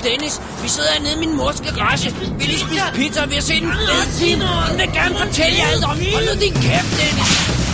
Dennis. Vi sidder hernede i min mors garage. Vi lige spise pizza, og vi har set en fed film. Hun vil gerne fortælle jer alt om. Hold nu din kæft, Dennis.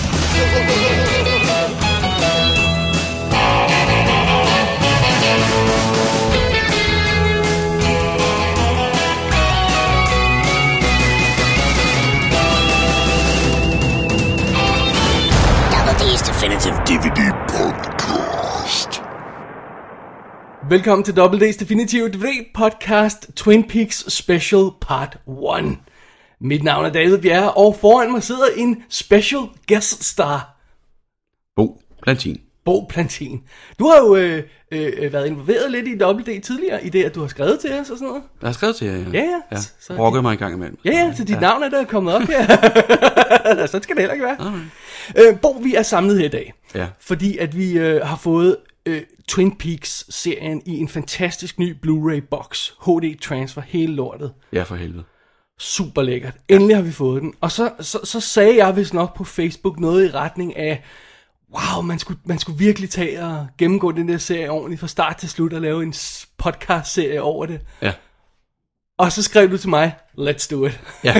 D's Definitive DVD Podcast. Velkommen til D's Definitive DVD Podcast Twin Peaks Special Part 1. Mit navn er David Bjerre, og foran mig sidder en special guest star. Bo Plantin. Bo Plantin. Du har jo været involveret lidt i D tidligere, i det, at du har skrevet til os og sådan noget. Jeg har skrevet til jer, Ja. Så rokkede mig en gang imellem. Ja, så dit navn er der kommet op her. Sådan skal det heller ikke være. Bo, vi er samlet her i dag, fordi at vi har fået Twin Peaks-serien i en fantastisk ny Blu-ray-box. HD transfer, hele lortet. Ja, for helvede. Super lækkert. Endelig har vi fået den. Og så sagde jeg vist nok på Facebook noget i retning af, wow, man skulle virkelig tage og gennemgå den der serie ordentligt fra start til slut og lave en podcast-serie over det. Ja. Og så skrev du til mig, let's do it. Ja.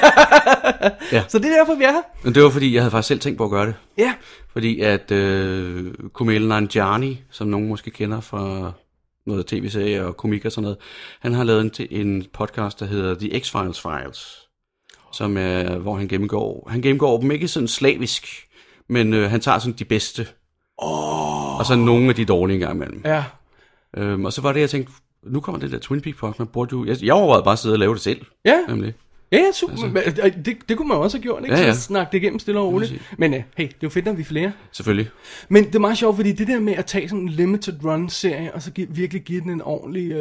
Ja. Så det er derfor, vi er her. Men det var fordi, jeg havde faktisk selv tænkt på at gøre det. Ja. Fordi at Kumail Nanjiani, som nogen måske kender fra noget tv-serie og komik og sådan noget, han har lavet en podcast, der hedder The X-Files Files, som er, hvor han gennemgår dem ikke sådan slavisk, men han tager sådan de bedste, og så nogle af de dårlige engang imellem. Ja. Og så var det, jeg tænkte, nu kommer det der Twin Peaks podcast, man burde jo, jeg overvejede bare at sidde og lave det selv. Ja. Nemlig. Ja, super. Altså. Det kunne man også have gjort, ikke? Ja. Så snakke det igennem stille og roligt. Men hey, det er jo fedt, at vi er flere. Selvfølgelig. Men det er meget sjovt, fordi det der med at tage sådan en limited run-serie, og så virkelig give den en ordentlig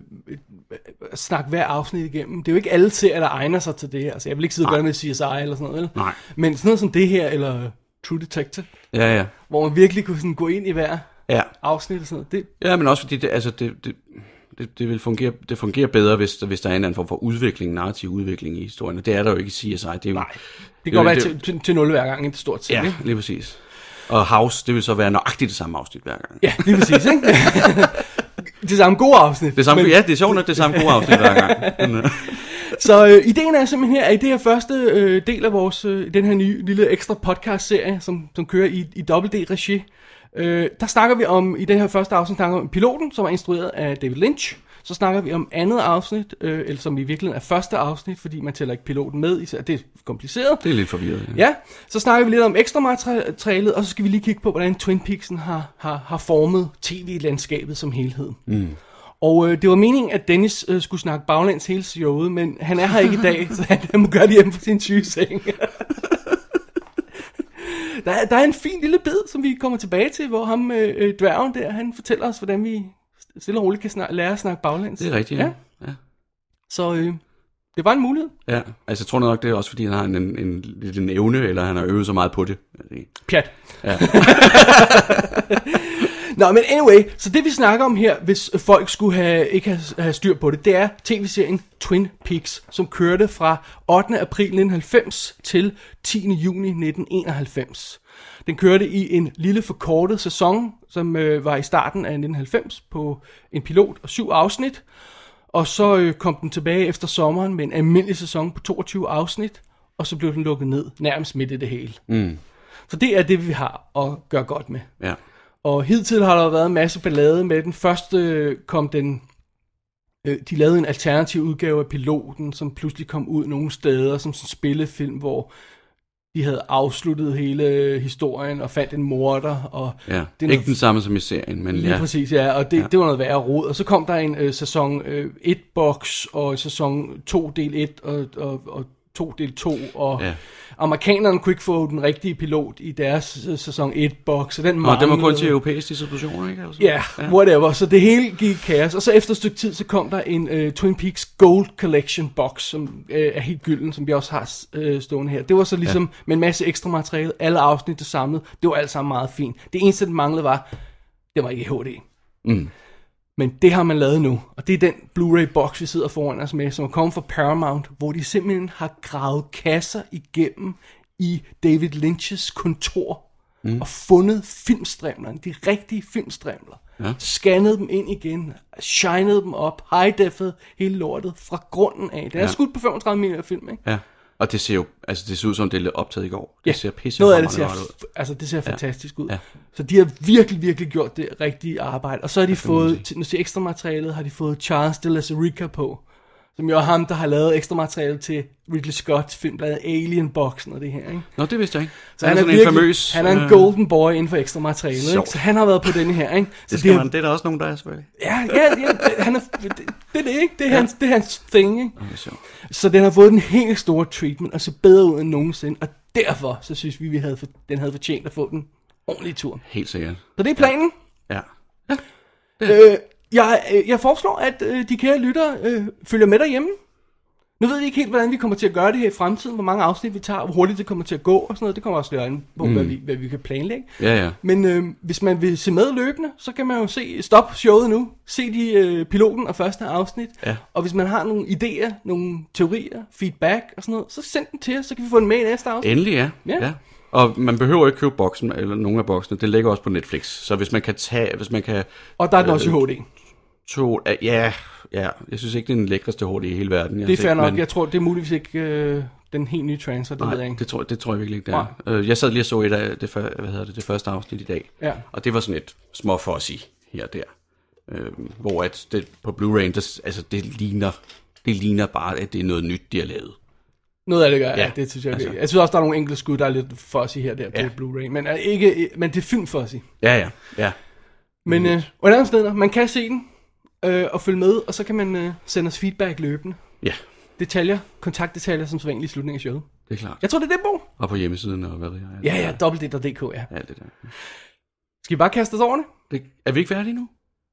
snak hver afsnit igennem. Det er jo ikke alle serier, der egner sig til det her. Altså, jeg vil ikke sidde og gøre med CSI eller sådan noget, vel? Nej. Men sådan noget som det her, eller True Detective, Ja. hvor man virkelig kunne sådan gå ind i hver afsnit og sådan noget. Ja, men også fordi det vil fungere, det fungerer bedre, hvis der er en eller anden form for narrativ udvikling i historien. Det er der jo ikke i CSI. Det er jo, nej, det kan godt være til 0 hver gang, ikke stort set. Ja, lige præcis. Og House, det vil så være nøjagtigt det samme afsnit hver gang. Ja, lige præcis, ikke? Det samme gode afsnit. Ja, det er sjovt nok det samme gode afsnit hver gang. Så ideen er simpelthen her, at i det her første del af vores, den her nye lille ekstra podcast-serie, som kører i D-regi, der snakker vi om, i det her første afsnit, snakker vi om piloten, som er instrueret af David Lynch. Så snakker vi om andet afsnit, eller som i virkeligheden er første afsnit, fordi man tæller ikke piloten med, især det er kompliceret. Det er lidt forvirret. Ja, så snakker vi lidt om ekstra materialet, og så skal vi lige kigge på, hvordan Twin Peaksen har formet tv-landskabet som helhed. Mm. Og det var meningen, at Dennis skulle snakke baglæns hele showet, men han er her ikke i dag, så han må gøre det hjemme på sin sygeseng. Der er en fin lille bid, som vi kommer tilbage til, hvor ham dværgen der, han fortæller os, hvordan vi stille og roligt kan lære at snakke baglæns. Det er rigtigt, ja. Så det var en mulighed. Ja, altså jeg tror nok, det er også fordi, han har en evne, eller han har øvet så meget på det. Pjat. Ja. Nå, men anyway, så det vi snakker om her, hvis folk skulle ikke have styr på det, det er tv-serien Twin Peaks, som kørte fra 8. april 1990 til 10. juni 1991. Den kørte i en lille forkortet sæson, som var i starten af 1990 på en pilot og 7 afsnit. Og så kom den tilbage efter sommeren med en almindelig sæson på 22 afsnit, og så blev den lukket ned nærmest midt i det hele. Mm. Så det er det, vi har at gøre godt med. Ja. Og hidtil har der været en masse ballade med den. Første kom de lavede en alternativ udgave af piloten, som pludselig kom ud nogle steder, som sådan en spillefilm, hvor de havde afsluttet hele historien og fandt en morder. Og ja, det ikke den samme som i serien, men lige præcis, ja. Og det var noget værre rod. Og så kom der en sæson 1-boks og sæson 2 del 1 og 2 del 2, og amerikanerne kunne ikke få den rigtige pilot i deres sæson 1-boks. Den var kun til europæisk distribution, ikke? Altså. Ja, whatever. Så det hele gik kaos. Og så efter et stykke tid, så kom der en Twin Peaks Gold Collection box, som er helt gylden, som vi også har stående her. Det var så ligesom med en masse ekstra materiale, alle afsnit det samlet. Det var alt sammen meget fint. Det eneste, det manglede var, det var ikke i HD. Mm. Men det har man lavet nu, og det er den Blu-ray-box, vi sidder foran os med, som er kommet fra Paramount, hvor de simpelthen har gravet kasser igennem i David Lynch's kontor, og fundet filmstrimlerne, de rigtige filmstrimler. scannede dem ind igen, shinede dem op, high-defede hele lortet fra grunden af. Den er skudt på 35 mm film, ikke? Ja. Og det ser jo, altså det ser ud som det er optaget i går. Det ser pisse noget af det ser, ud. altså det ser fantastisk ud. Ja. Så de har virkelig gjort det rigtige arbejde. Og så har de fået, til ekstra materialet, har de fået Charles de Lauzirika på, som jo er ham, der har lavet ekstra materiale til Ridley Scott's film, blandt Alien-boksen og det her, ikke? Nå, det vidste jeg ikke. Så han er sådan en famøs... Han er en golden boy inden for ekstra materiale, ikke? Så han har været på denne her, ikke? Så det er der også nogen, der er selvfølgelig. Ja, han er, det er det, ikke? Det er hans thing, ikke? Det er sjovt. Så den har fået den helt store treatment, og ser bedre ud end nogensinde, og derfor så synes vi den havde fortjent at få den ordentlige tur. Helt sikkert. Så det er planen. Ja. Jeg foreslår, at de kære lyttere følger med derhjemme. Nu ved vi ikke helt, hvordan vi kommer til at gøre det her i fremtiden, hvor mange afsnit vi tager, hvor hurtigt det kommer til at gå og sådan noget. Det kommer også lidt an på, hvad vi kan planlægge. Ja. Men hvis man vil se med løbende, så kan man jo stop showet nu, se de piloten og første afsnit. Ja. Og hvis man har nogle idéer, nogle teorier, feedback og sådan noget, så send den til os, så kan vi få den med i næste afsnit. Endelig, ja. Og man behøver ikke købe boksen, eller nogle af boksene. Det ligger også på Netflix. Så hvis man kan Og der er den også i HD. Ja, jeg synes ikke, det er den lækreste HD i hele verden. Det er fair nok. Jeg tror, det er muligvis ikke den helt nye transfer, det ved jeg ikke. Det tror jeg virkelig ikke, det er. Jeg sad lige og så et af det første afsnit i dag. Ja. Og det var sådan et småfossy her og der. Hvor at det på Blu-ray, det ligner bare, at det er noget nyt, de har lavet. Noget af det gør, ja, det synes jeg. Altså, jeg synes også, der er nogle enkelte skud, der er lidt fuzzy her der på Blu-ray. Men det er filmfuzzy. Ja. Men hvordan steder, man kan se den og følge med, og så kan man sende os feedback løbende. Ja. Kontaktdetaljer som sædvanligt i slutningen af showet. Det er klart. Jeg tror, det er det, Bo. Og på hjemmesiden og hvad ved jeg. Ja, www.dk, ja. Ja, det der. Skal vi bare kaste os over det? Er vi ikke færdige nu?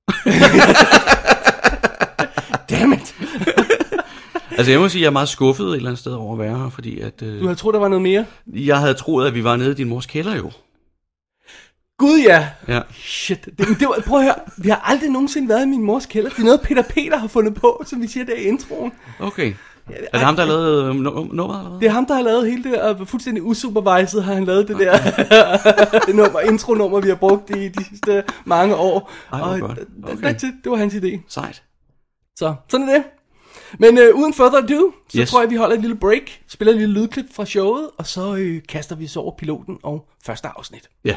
Dammit. Altså jeg må sige, at jeg er meget skuffet et eller andet sted over at være her, fordi at... Du havde troet, der var noget mere? Jeg havde troet, at vi var nede i din mors kælder jo. Gud ja. Shit. Prøv at høre, vi har aldrig nogensinde været i min mors kælder. Det er noget, Peter har fundet på, som vi siger der i introen. Okay. Er det ham, der har lavet nummeret eller hvad? Det er ham, der har lavet hele det, og fuldstændig usupervised har han lavet det der intronummer, vi har brugt i de sidste mange år. Ej, godt. Okay. Det var hans idé. Sejt. Så, sådan er det. Men uden further ado, så tror jeg, vi holder et lille break, spiller et lille lydklip fra showet, og så kaster vi så over piloten og første afsnit. Ja.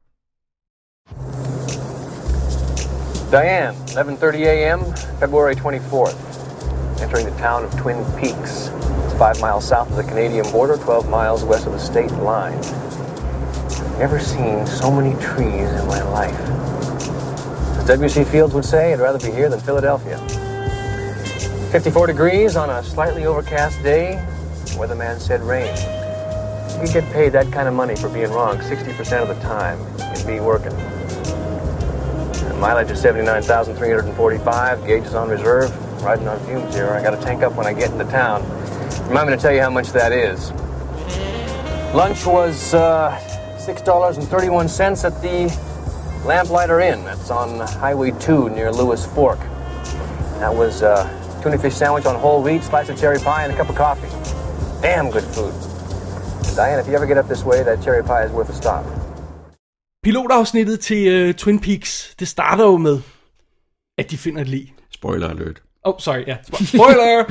Diane, 11:30 a.m., February 24th. Entering the town of Twin Peaks. It's 5 miles south of the Canadian border, 12 miles west of the state line. Never seen so many trees in my life. As W.C. Fields would say, I'd rather be here than Philadelphia. 54 degrees on a slightly overcast day. Weatherman said rain. You get paid that kind of money for being wrong 60% of the time. You'd be working. Mileage is 79,345. Gauge is on reserve. Riding on fumes here. I got to tank up when I get into town. Remind me to tell you how much that is. Lunch was $6.31 at the Lamplighter Inn. That's on Highway 2 near Lewis Fork. That was tuna fish sandwich on whole wheat, slice of cherry pie, and a cup of coffee. Damn good food. And Diane, if you ever get up this way, that cherry pie is worth a stop. Pilotafsnittet til Twin Peaks, det starter jo med, at de finder et lig. Spoiler alert. Sorry, ja. Spoiler!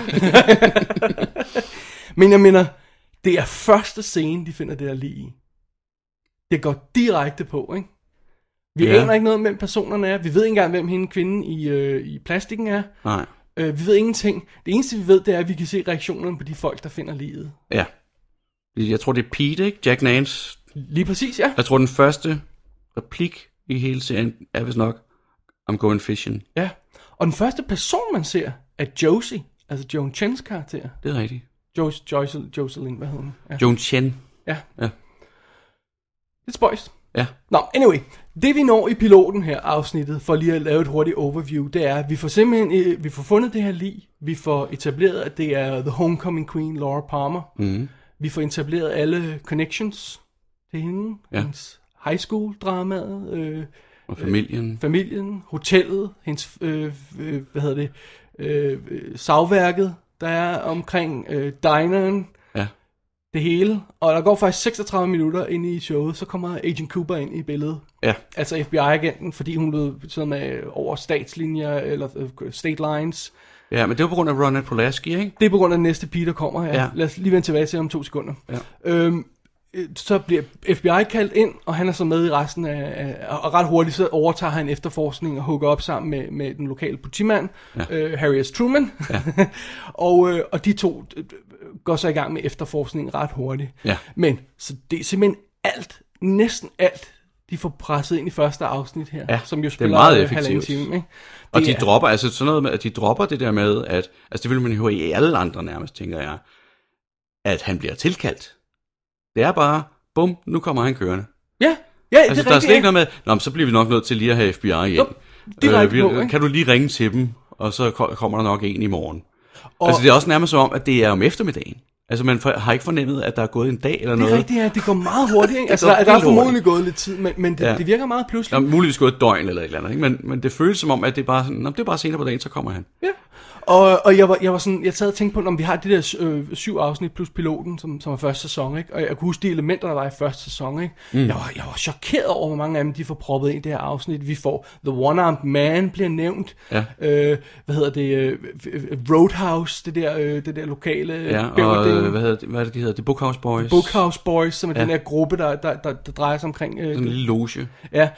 Men jeg mener, det er første scene, de finder det her lig i. Det går direkte på, ikke? Vi aner ikke noget om, hvem personerne er. Vi ved ikke engang, hvem hende kvinden i plastikken er. Nej. Vi ved ingenting. Det eneste, vi ved, det er, at vi kan se reaktionerne på de folk, der finder liget. Ja. Jeg tror, det er Pete, ikke? Jack Nance. Lige præcis, ja. Jeg tror, den første replik i hele serien er vist nok, I'm going fishing. Ja. Og den første person, man ser, er Josie, altså Joan Chens karakter. Det er rigtigt. Jocelyn, hvad hedder hun? Ja. Joan Chen. Ja. Lidt spøjst. Ja. Nå, anyway. Det vi når i piloten her, afsnittet, for lige at lave et hurtigt overview, det er, at vi får simpelthen, vi får fundet det her lig. Vi får etableret, at det er The Homecoming Queen, Laura Palmer. Mm. Vi får etableret alle connections til hende. Ja. Hendes high school dramaet. Og familien. Familien, hotellet, hendes, savværket, der er omkring dineren. Ja. det hele. Og der går faktisk 36 minutter ind i showet, så kommer Agent Cooper ind i billedet. Ja. Altså FBI-agenten, fordi hun blev sådan med over statslinjer, eller state lines. Ja, men det var på grund af Ronald Pulaski, ikke? Det er på grund af den næste pige, der kommer her. Ja. Lad os lige vende tilbage til om 2 sekunder. Ja. Så bliver FBI kaldt ind, og han er så med i resten af og ret hurtigt så overtager han efterforskning og hooker op sammen med den lokale politimand, Harry S. Truman. Ja. og de to går så i gang med efterforskning ret hurtigt. Ja. Men så det er simpelthen næsten alt, de får presset ind i første afsnit her, som jo spiller meget halvanden time. Ikke? Og de dropper, altså sådan noget med, at de dropper det der med, at, altså det vil man jo i alle andre nærmest, tænker jeg, at han bliver tilkaldt. Det er bare, bum, nu kommer han kørende. Ja, altså, der er slet ikke noget med, nå, så bliver vi nok nødt til lige at have FBI ind. Kan du lige ringe til dem, og så kommer der nok en i morgen. Altså det er også nærmest som om, at det er om eftermiddagen. Altså man har ikke fornemmet, at der er gået en dag eller noget. Det er rigtigt, ja, det går meget hurtigt, ikke? Altså der er formodentlig gået lidt tid, men det virker meget pludseligt. Der er muligvis gået et døgn eller et eller andet, ikke? Men det føles som om, at det er bare sådan, det er bare senere på dagen, så kommer han. Ja. Og jeg var sådan, jeg sad og tænkte på, om vi har de der 7 afsnit plus piloten, som er første sæson, ikke? Og jeg kunne huske de elementer, der var i første sæson, ikke? Jeg var chokeret over, hvor mange af dem, de får proppet ind i det her afsnit. Vi får The One-Armed Man bliver nævnt. Ja. Roadhouse, det der lokale... Ja, og hvad er det, de hedder? The Bookhouse Boys. Bookhouse Boys, som er den her gruppe, der drejer sig omkring... sådan en lille loge. Ja.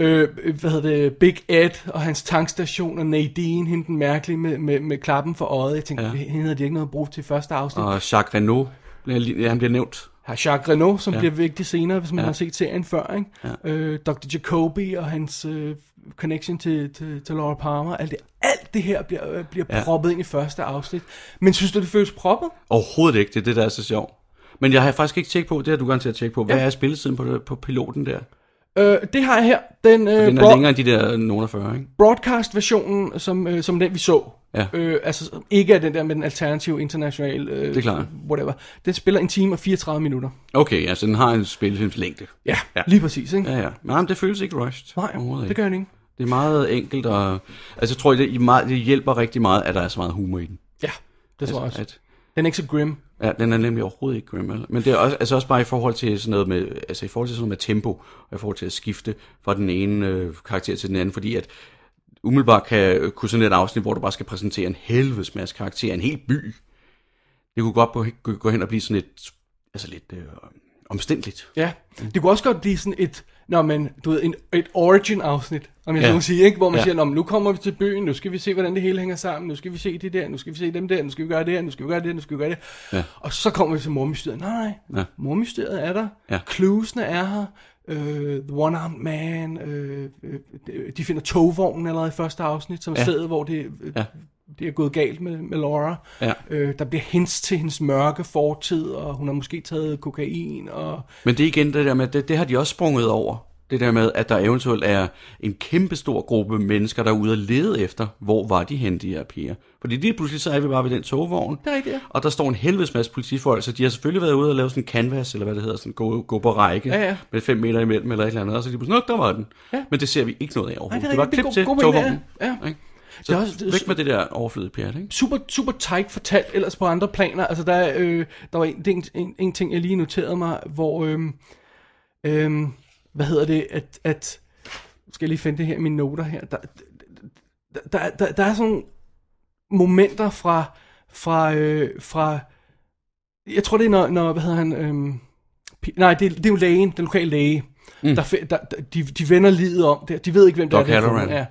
Big Ed og hans tankstation, og Nadine, hende den mærkelige med klappen for øjet. Jeg tænkte, hende havde de ikke noget at bruge til første afsnit. Og Jacques Renault, han bliver nævnt. Jacques Renault, som bliver vigtig senere, hvis man har set serien før, ikke? Ja. Dr. Jacoby og hans connection til Laura Palmer. Alt det her bliver proppet ind i første afsnit. Men synes du, det føles proppet? Overhovedet ikke, det er det, der er så sjovt. Men jeg har faktisk ikke tjekket på, det har du garanteret tjekket på. Hvad er spilletiden på piloten der? Det har jeg her. Den er længere end de der nogen af 40, ikke? Broadcast-versionen, som den vi så. Ja. Altså ikke af den der med den alternative internationale det er klart. Whatever. Den spiller 1 time og 34 minutter. Okay, altså den har en spilfilmslængde. Ja, lige præcis, ikke? Ja. Men det føles ikke rushed. Nej, det gør den ikke. Det er meget enkelt, og altså jeg tror, det hjælper rigtig meget, at der er så meget humor i den. Ja, det tror jeg også. Den er ikke så grim. Ja, den er nemlig overhovedet ikke grim. Men det er også bare i forhold til sådan noget med, altså i forhold til sådan noget med tempo, og i forhold til at skifte fra den ene karakter til den anden, fordi at umiddelbart kunne sådan et afsnit, hvor du bare skal præsentere en helvedes masse karakterer, en hel by. Det kunne godt gå hen og blive sådan lidt omstændeligt. Ja, det kunne også godt blive sådan et origin-afsnit, om jeg så må sige, ikke? Hvor man siger, nu kommer vi til byen, nu skal vi se, hvordan det hele hænger sammen, nu skal vi se det der, nu skal vi se dem der, nu skal vi gøre det her, nu skal vi gøre det, nu skal vi gøre det. Ja. Og så kommer vi til mordmysteriet. Nej, mordmysteriet er der, cluesene er her, The One-Armed Man, de finder togvognen allerede i første afsnit, som stedet, hvor det er gået galt med Laura. Ja. Der bliver hints til hendes mørke fortid, og hun har måske taget kokain. Men det er igen det der med, det har de også sprunget over. Det der med, at der eventuelt er en kæmpe stor gruppe mennesker, der er ude og lede efter, hvor var de henne, de her piger. Fordi lige pludselig så er vi bare ved den togvogn, det er rigtigt, ja. Og der står en helvedes masse politifolk, så de har selvfølgelig været ude og lave sådan en canvas, eller hvad det hedder, sådan gå på række, med 5 meter imellem, eller et eller andet, og så de pludselig, der var den. Ja. Men det ser vi ikke noget af overhovedet. Det var klip til togvognen. Ja. Så væk med det der overflødige pjat, ikke? Super tight fortalt, ellers på andre planer. Altså der var en ting, jeg lige noterede mig, hvor, hvad hedder det, at skal jeg lige finde det her i mine noter her. Der er sådan momenter fra jeg tror det er når hvad hedder han, nej, det er jo lægen, den lokale læge. De vender livet om. De ved ikke, hvem der er.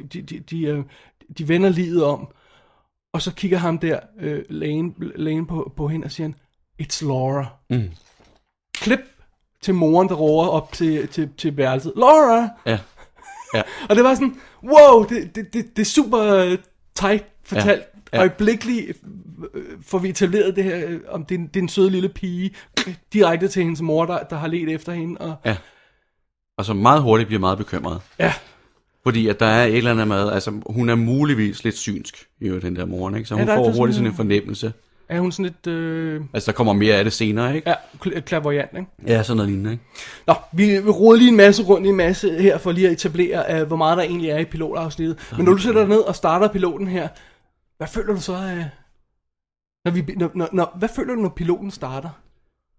De vender livet om. Og så kigger ham der, lægen på hende og siger, it's Laura. Klip til moren, der råber op til værelset. Laura! Ja. Og det var sådan, wow, det er super tight fortalt. Ja. Øjeblikkeligt får vi etableret det her, om det er en søde lille pige, direkte til hendes mor, der har ledt efter hende. Og så meget hurtigt bliver meget bekymret. Ja. Fordi at der er et eller andet med, altså hun er muligvis lidt synsk i den der mor, ikke? Så hun får hurtigt sådan en fornemmelse. Er hun sådan lidt... Altså der kommer mere af det senere, ikke? Ja, clairvoyant, ikke? Ja, sådan noget lignende, ikke? Nå, vi roder lige en masse rundt i en masse her, for lige at etablere, hvor meget der egentlig er i pilotafsnittet. Men når du sætter dig ned og starter piloten her, hvad føler du så af... Hvad føler du, når piloten starter?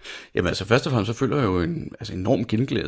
Jamen altså, først og fremmest, så føler jeg jo en enorm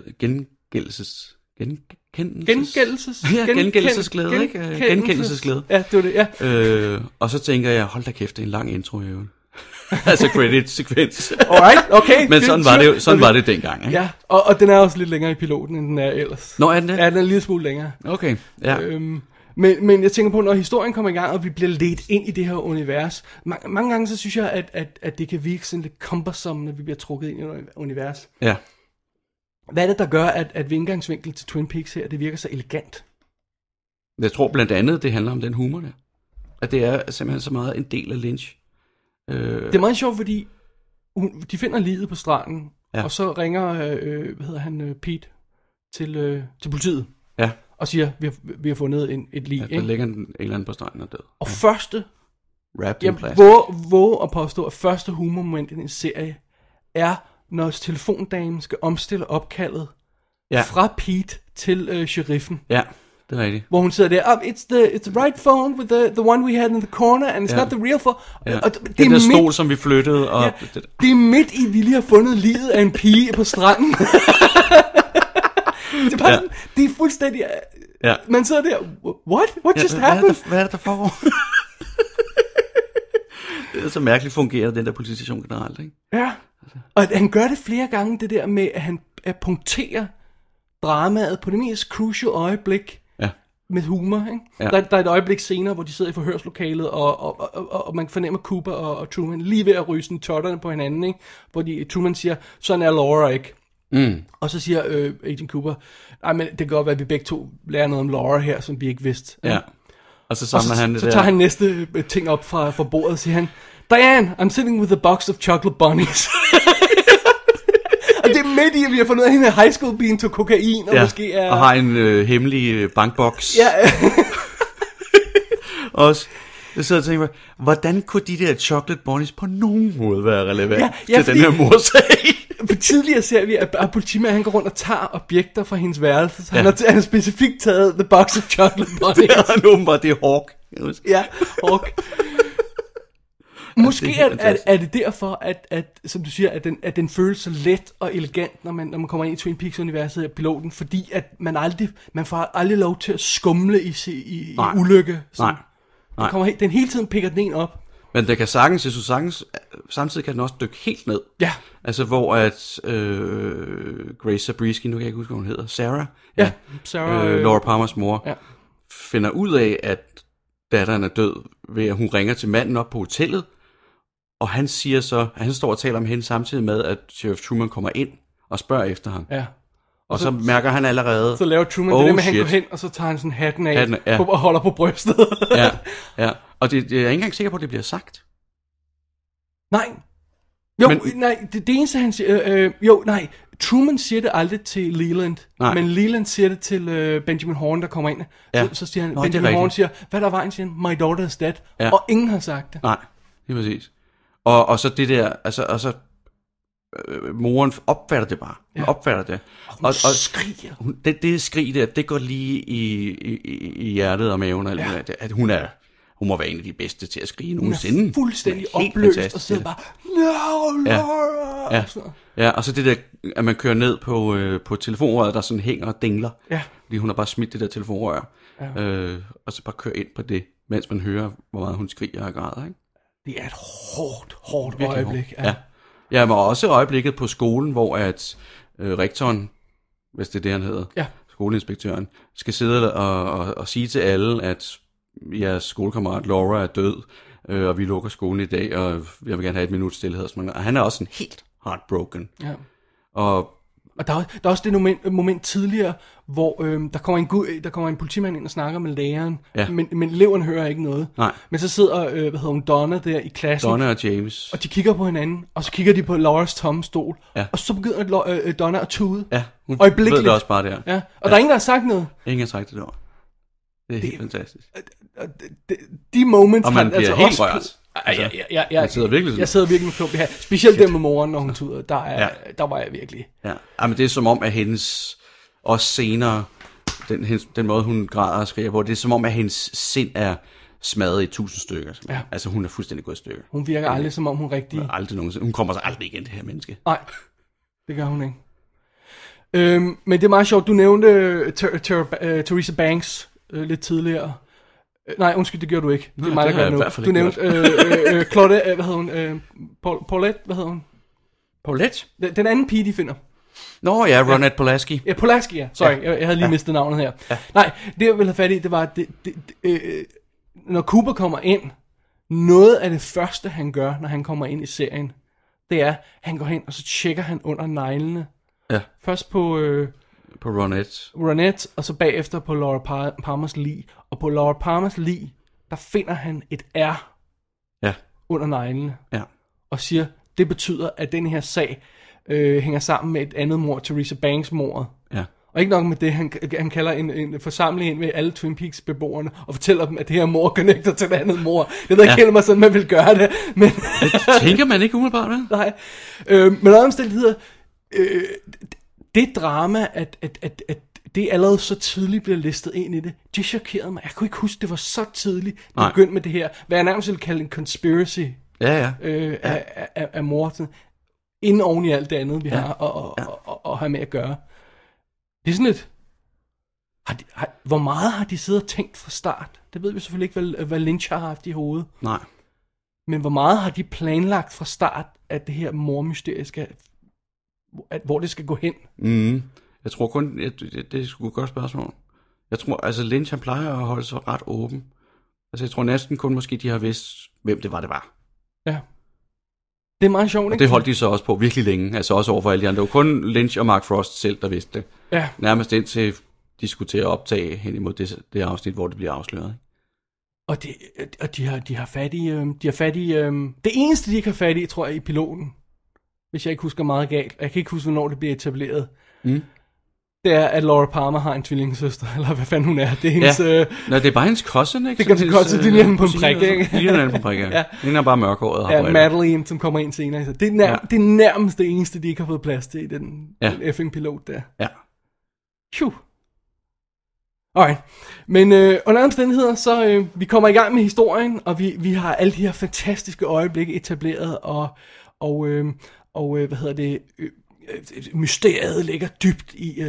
gengældelsesglæde, ikke? Gengældelsesglæde. Ja, det var det, ja. Og så tænker jeg, hold da kæft, det er en lang intro, jo. Altså credit-sekvens. Alright, okay. Men sådan var det dengang, ikke? Ja, og den er også lidt længere i piloten, end den er ellers. Nå, er den det? Ja, den er en lille smule længere. Okay, ja. Men jeg tænker på, når historien kommer i gang, og vi bliver ledt ind i det her univers, mange gange så synes jeg, at det kan virke sådan lidt cumbersome, når vi bliver trukket ind i et univers. Ja. Hvad er det, der gør, at ved indgangsvinkel til Twin Peaks her, det virker så elegant? Jeg tror blandt andet, det handler om den humor der. At det er simpelthen så meget en del af Lynch. Det er meget sjovt, fordi de finder liget på stranden, ja. Og så ringer Pete til politiet. Ja. Og siger, vi har fundet et lig. Ja, der ligger en eller anden på stranden og død. Og første, jeg våger at påstå, at første humormoment i den serie er, når telefondamen skal omstille opkaldet fra Pete til sheriffen. Ja, det er rigtigt. Hvor hun sidder der, it's the right phone with the one we had in the corner, and it's not the real phone. Ja. Og det der stol, som vi flyttede. Og det er midt i, vi lige har fundet liget af en pige på stranden. Det er bare sådan, det er fuldstændig... Ja. Man sidder der, what just happened? Hvad er det, der foregår? Det er så mærkeligt fungerer, den der politistation generelt, ikke? Ja, og han gør det flere gange, det der med, at han punkterer dramaet på det mest crucial øjeblik med humor, ikke? Ja. Der er et øjeblik senere, hvor de sidder i forhørslokalet, og man fornemmer Cooper og Truman lige ved at ryge sådan totterne på hinanden, ikke? Hvor Truman siger, sådan er Laura ikke. Mm. Og så siger Agent Cooper, men det kan godt være, at vi begge to lærer noget om Laura her, som vi ikke vidste. Ja. Og så samler han det så der. tager han næste ting op fra bordet og siger han, Diane, I'm sitting with a box of chocolate bunnies. Og det er midt i, at vi har fundet ud af, at hende high school pigen tog kokain, og måske er... og har en hemmelig bankboks. Ja. Også. Jeg sidder og tænker, hvordan kunne de der chocolate bunnies på nogen måde være relevant til den her morsag? For tidligere ser vi, at politimanden han går rundt og tager objekter fra hendes værelse. Så han har specifikt taget the box of chocolate bunnies. Ja, han åbenbart, det er Hawk. Ja, Hawk. Måske er det derfor, at som du siger, at den føles så let og elegant, når man kommer ind i Twin Peaks-universet af piloten, fordi at man får aldrig lov til at skumle i ulykke. Nej. Den hele tiden pikker den en op. Men det kan sagtens, samtidig kan den også dykke helt ned. Ja. Altså hvor at Grace Zabriskie, nu kan jeg ikke huske, hvad hun hedder, Sarah. Ja, Sarah. Laura Palmers mor, finder ud af, at datteren er død, ved at hun ringer til manden op på hotellet, og han siger så, at han står og taler om hende samtidig med, at Sheriff Truman kommer ind og spørger efter ham. Ja. Og så mærker han allerede... Så laver Truman det med, at han går hen, og så tager han sådan hatten af og holder på brystet. Ja. Og jeg er ikke engang sikker på, at det bliver sagt. Nej. Det eneste han siger... Truman siger det aldrig til Leland, men Leland siger det til Benjamin Horne, der kommer ind. Så siger han, Benjamin Horne siger, hvad der var en, siger han, my daughter is dead. Ja. Og ingen har sagt det. Nej, det er præcis. Og så det der, altså moren opfatter det bare. Hun opfatter det. Og skriger. Det skrig der, det går lige i hjertet og maven. At hun må være en af de bedste til at skrige nogensinde. Hun er fuldstændig opløst og sidder bare, no, Laura. Ja, og så det der, at man kører ned på telefonrøret, der sådan hænger og dingler. Ja. Fordi hun har bare smidt det der telefonrør. Ja. Og så bare kører ind på det, mens man hører, hvor meget hun skriger og græder, ikke? Det er et hårdt øjeblik. Ja, men også øjeblikket på skolen, hvor at rektoren, hvis det er det, han hedder, skoleinspektøren, skal sidde og sige til alle, at jeres skolekammerat Laura er død, og vi lukker skolen i dag, og jeg vil gerne have et minut stillhed. Og han er også en helt heartbroken. Ja. Og der er også det moment tidligere, hvor der kommer en politimand ind og snakker med læreren, men eleverne hører ikke noget. Nej. Men så sidder Donna der i klassen. Donna og James. Og de kigger på hinanden, og så kigger de på Lauras tomme stol. Ja. Og så begynder Donna at tude. Ja, hun ved det også bare der. Ja. Og der er ingen, der har sagt noget. Ingen har sagt det ord. Det er helt fantastisk. De moments... Og man bliver helt rørt. Jeg sidder virkelig med klump i her. Specielt der med moren, når hun tuder. Der var jeg virkelig. Ja, men det er som om, at hendes... Også senere, den måde, hun græder og skriger på, det er som om, at hendes sind er smadret i 1000 stykker. Ja. Altså, hun er fuldstændig gået i stykker. Hun virker aldrig, som om hun rigtig... Hun kommer så aldrig igen, det her menneske. Nej, det gør hun ikke. Men det er meget sjovt, du nævnte Theresa Banks lidt tidligere. Nej, undskyld, det gjorde du ikke. Det er mig, der gør det nu. Du nævnte Claudette, hvad hedder hun? Paulette, hvad hedder hun? Paulette? Den anden pige, de finder. Nå ja, Ronette Pulaski. Ja, Pulaski, ja. Sorry, jeg havde lige mistet navnet her. Ja. Nej, det jeg ville have fat i, det var, når Cooper kommer ind, noget af det første, han gør, når han kommer ind i serien, det er, han går hen, og så tjekker han under neglene. Ja. Først på Ronette, og så bagefter på Laura Palmers lig. Og på Laura Palmers lig, der finder han et R under neglene. Ja. Og siger, det betyder, at den her sag hænger sammen med et andet mord, Theresa Banks mordet. Ja. Og ikke nok med det, han kalder en forsamling ind med alle Twin Peaks beboerne, og fortæller dem, at det her mord connecter til et andet mord. Jeg ved ikke helt mig sådan, man vil gøre det. Men det tænker man ikke umiddelbart, vel? Nej. Men under omstændigheder, det drama, at det allerede så tidligt bliver listet ind i det chokerede mig. Jeg kunne ikke huske, det var så tidligt, det begyndte med det her, hvad jeg nærmest ville kalde en conspiracy af Morten, inden oven i alt det andet, vi har at have med at gøre. Det er sådan lidt, hvor meget har de siddet og tænkt fra start? Det ved vi selvfølgelig ikke, hvad Lynch har haft i hovedet. Nej. Men hvor meget har de planlagt fra start, at det her mordmysterie skal, hvor det skal gå hen? Jeg tror kun, det er sgu et godt spørgsmål. Jeg tror, altså Lynch, han plejer at holde sig ret åben. Altså jeg tror næsten kun måske, de har vidst, hvem det var. Ja. Det er meget sjovt, ikke? Og det holdt de så også på virkelig længe, altså også overfor alle de andre. Det var kun Lynch og Mark Frost selv, der vidste det. Ja. Nærmest indtil de skulle til at optage hen imod det afsnit, hvor det bliver afsløret. Og de har fat i, det eneste, de ikke har fat i, tror jeg, i piloten. Hvis jeg ikke husker meget galt. Jeg kan ikke huske, hvornår det bliver etableret. Det er, at Laura Palmer har en tvillingesøster, eller hvad fanden hun er. Det er hendes... Nej, det er bare hendes cousin, ikke? Det er hendes cousin, det er hende på en prik, ikke? Det er hende på en prik, ja. Hende er bare mørkhåret. Ja, Madeline, som kommer ind senere. Så det er nærmest det eneste, de ikke har fået plads til i den effing pilot der. Ja. Phew. Alright. Men under omstændigheder, så vi kommer i gang med historien, og vi har alle de her fantastiske øjeblikke etableret, og hvad hedder det... mysteriet ligger dybt i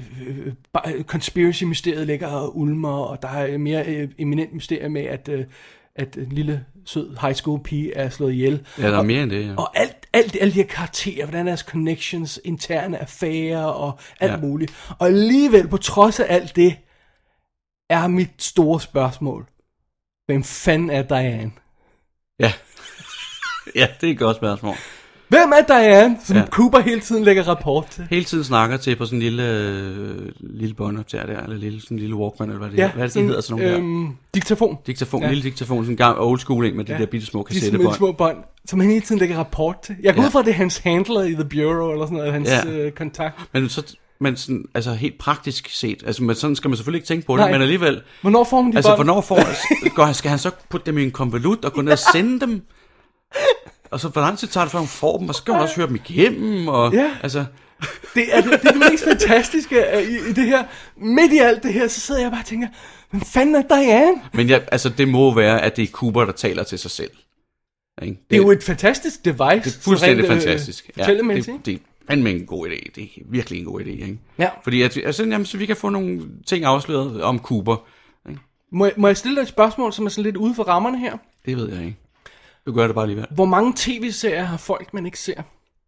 conspiracy-mysteriet ligger og ulmer, og der er mere eminent mysterie med, at en lille sød high school pige er slået ihjel. Ja, der er mere end det, ja. Og alle de her karakterer, hvordan deres connections, interne affærer og alt muligt. Og alligevel, på trods af alt det, er mit store spørgsmål, hvem fanden er Diane? Ja. Ja, det er et godt spørgsmål. Hvem er Diane, som Cooper hele tiden lægger rapport til? Hele tiden snakker til på sådan en lille båndoptager der, eller sådan en lille Walkman, eller hvad det hedder. Hvad er det, hedder sådan nogle der? Diktafon. Lille diktafon, sådan en gammel old school en med de der bitte små kassettebånd. De små bånd, som han hele tiden lægger rapport til. Jeg går ud fra, at det er hans handler i The Bureau, eller sådan noget, hans kontakt. Men sådan, altså helt praktisk set, altså sådan skal man selvfølgelig ikke tænke på det, men alligevel... Hvornår får man de bånd? Skal han så putte dem i en konvolut og gå ned og sende dem? Og så hvor lang tid tager det, før hun får dem, og så skal man også høre dem igennem, og altså... Det er det mest fantastiske i det her. Midt i alt det her, så sidder jeg bare og tænker, hvem fanden er Diane? Men altså, det må være, at det er Cooper, der taler til sig selv. Ikke? Det er jo et fantastisk device. Det er fuldstændig fantastisk. Det er fandme en god idé. Det er virkelig en god idé, ikke? Ja. Fordi så vi kan få nogle ting afsløret om Cooper. Ikke? Må jeg stille dig et spørgsmål, som er sådan lidt ude for rammerne her? Det ved jeg ikke. Du gør det bare alligevel. Hvor mange tv-serier har folk, man ikke ser?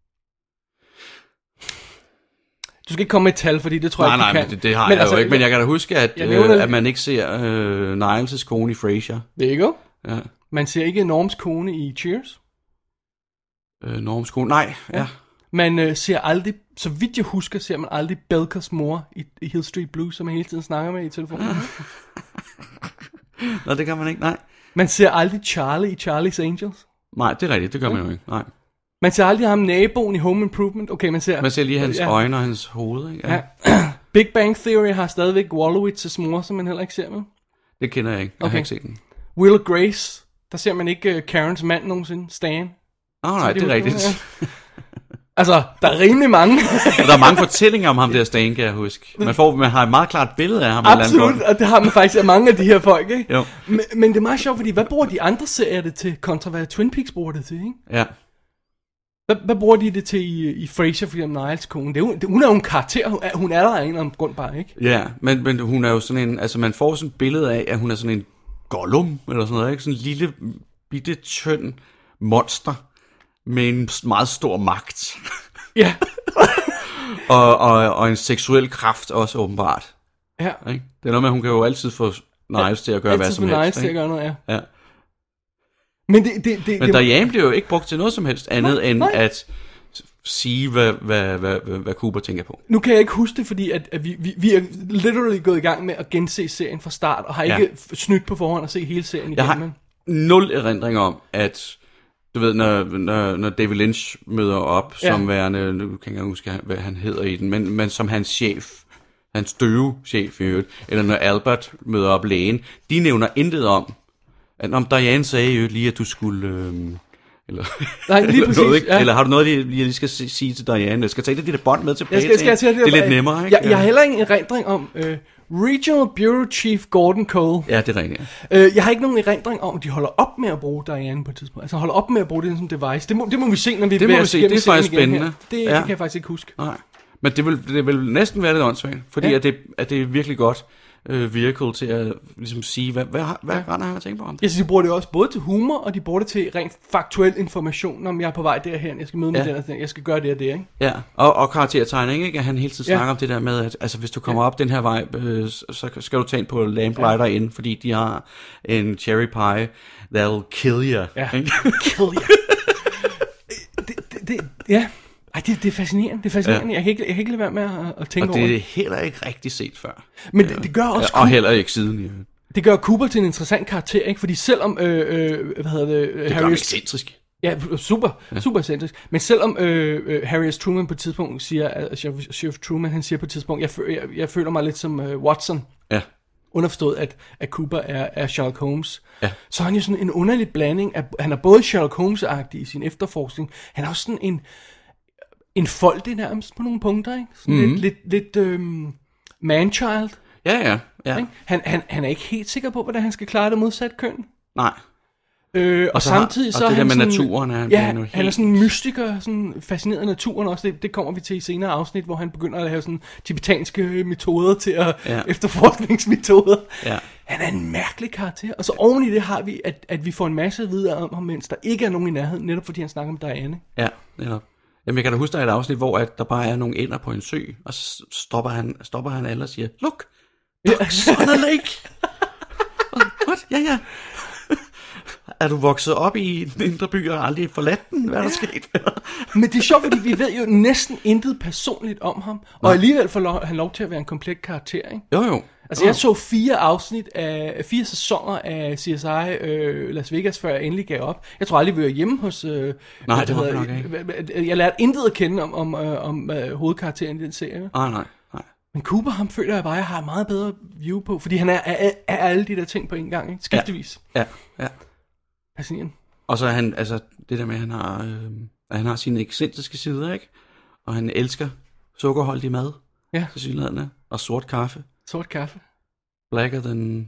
Du skal ikke komme med et tal, fordi det tror jeg ikke, du kan. Nej, det har jeg jo ikke. Men jeg kan da huske, at man ikke ser Niles' kone i Frasier. Det er ikke jo? Ja. Man ser ikke Norms kone i Cheers? Norms kone? Nej, ja. Man ser aldrig, så vidt jeg husker, ser man aldrig Belkers mor i Hill Street Blues, som man hele tiden snakker med i telefonen. Nå, det kan man ikke, nej. Man ser aldrig Charlie i Charlie's Angels. Nej, det er rigtigt, det gør man jo ikke, nej. Man ser aldrig ham naboen i Home Improvement. Okay, man ser lige hans øjne og hans hoved, ikke? Ja. Big Bang Theory har stadigvæk Wolowitz's mor, som man heller ikke ser med. Det kender jeg ikke, jeg har ikke set den. Will og Grace, der ser man ikke Karens mand nogensinde, Stan. Nej, det er rigtigt. Altså, der er rimelig mange. Der er mange fortællinger om ham der Stan, kan jeg huske. Man har et meget klart billede af ham. Absolut, og det har man faktisk af mange af de her folk, ikke? Jo. Men det er meget sjovt, fordi hvad bruger de andre serier det til, kontra hvad Twin Peaks bruger det til, ikke? Ja. Hvad bruger de det til i Frasier, for eksempel Niles kone? Hun er jo en karakter, hun er der af en eller anden grund bare, ikke? Ja, men hun er jo sådan en, altså man får sådan et billede af, at hun er sådan en Gollum, eller sådan noget, ikke? Sådan en lille, bitte, tynd monster, med en meget stor magt. Ja. og en seksuel kraft også, åbenbart. Ja. Ikke? Det er noget med, at hun kan jo altid få Niles til at gøre hvad som helst. Niles til at gøre noget, ja. Men Diane bliver jo ikke brugt til noget som helst andet end at sige, hvad Cooper tænker på. Nu kan jeg ikke huske det, fordi at vi er literally gået i gang med at gense serien fra start, og har ikke snydt på forhånd at se hele serien igennem. Jeg har 0 erindring om, at du ved, når David Lynch møder op som værende, nu kan jeg ikke huske, hvad han hedder i den, men som hans chef, hans døvechef i øvrigt, eller når Albert møder op lægen, de nævner intet om, at om Diane sagde jo lige, at du skulle... eller, nej, lige eller præcis, noget, ikke? Ja. Eller har du noget, jeg lige skal sige til Diane? Jeg skal tage det der bånd med tilbage. Jeg skal det er lidt nemmere, ikke? Jeg har heller ingen erindring om Regional Bureau Chief Gordon Cole. Ja, det er rigtigt. Ja. Jeg har ikke nogen erindring om, at de holder op med at bruge Diane på et tidspunkt. Altså holder op med at bruge det som device. Det må vi se, når vi det må vi se. Det er faktisk spændende. Det kan jeg faktisk ikke huske. Nej. Men det vil næsten være lidt åndssvagt, fordi at det er virkelig godt vehicle til at ligesom sige, hvad han har tænkt på om det. Jeg synes, de bruger det også både til humor, og de bruger det til rent faktuel information, om jeg er på vej derhen, jeg skal møde med den og den, jeg skal gøre det og det, ikke? Ja, og karaktertegning, ikke? At han hele tiden snakker om det der med, at altså, hvis du kommer op den her vej, så skal du tage ind på Lamplighter ind, fordi de har en cherry pie, that'll kill you. Ja, ikke? kill you. Ja. Ej, det er fascinerende. Det er fascinerende. Ja. Jeg kan ikke lade være med at tænke over det. Og det er heller ikke rigtig set før. Men det gør også og heller ikke siden. Ja. Det gør Cooper til en interessant karakter, ikke? Fordi selvom det gør ham excentrisk. Ja, super excentrisk. Men selvom Harry S. Truman på et tidspunkt siger, Sheriff Truman, han siger på et tidspunkt, jeg føler mig lidt som Watson. Ja. Underforstået, at Cooper er Sherlock Holmes. Ja. Så er han jo sådan en underlig blanding. Han er både Sherlock Holmes-agtig i sin efterforskning. Han er også sådan en foldig nærmest på nogle punkter, ikke? Sådan lidt man-child. Ja. Ikke? Han er ikke helt sikker på, hvordan han skal klare det modsat køn. Nej. Og samtidig så er han det der med sådan, naturen han er sådan en mystiker, sådan fascineret af naturen også. Det kommer vi til i senere afsnit, hvor han begynder at have sådan tibetanske metoder til at efterforskningsmetoder. Ja. Han er en mærkelig karakter. Og så oven i det har vi, at vi får en masse at vide om ham, mens der ikke er nogen i nærheden, netop fordi han snakker om Diane. Ja, netop. Jamen, jeg kan da huske, der er et afsnit, hvor at der bare er nogle ænder på en sø, og så stopper han alle og siger, look, ducks on a lake. What? Ja. Er du vokset op i den indre by og aldrig forladt den? Hvad er der sket? Men det er sjovt, fordi vi ved jo næsten intet personligt om ham, og alligevel får han lov til at være en komplet karakter, ikke? Jo. Altså jeg så 4 sæsoner af CSI Las Vegas, før jeg endelig gav op. Jeg tror aldrig, vi var hjemme hos... Nej, det var nok ikke. Jeg lærte intet at kende om hovedkarakteren i den serie. Nej. Men Cooper, ham føler jeg bare, jeg har et meget bedre view på, fordi han er alle de der ting på en gang, ikke? Skiftevis. Ja. Fascinerende. Og så er han, altså det der med, at han har sine excentriske sider, ikke? Og han elsker sukkerholdig mad. Ja. Til synligheden, og sort kaffe. Sort kaffe. Blacker than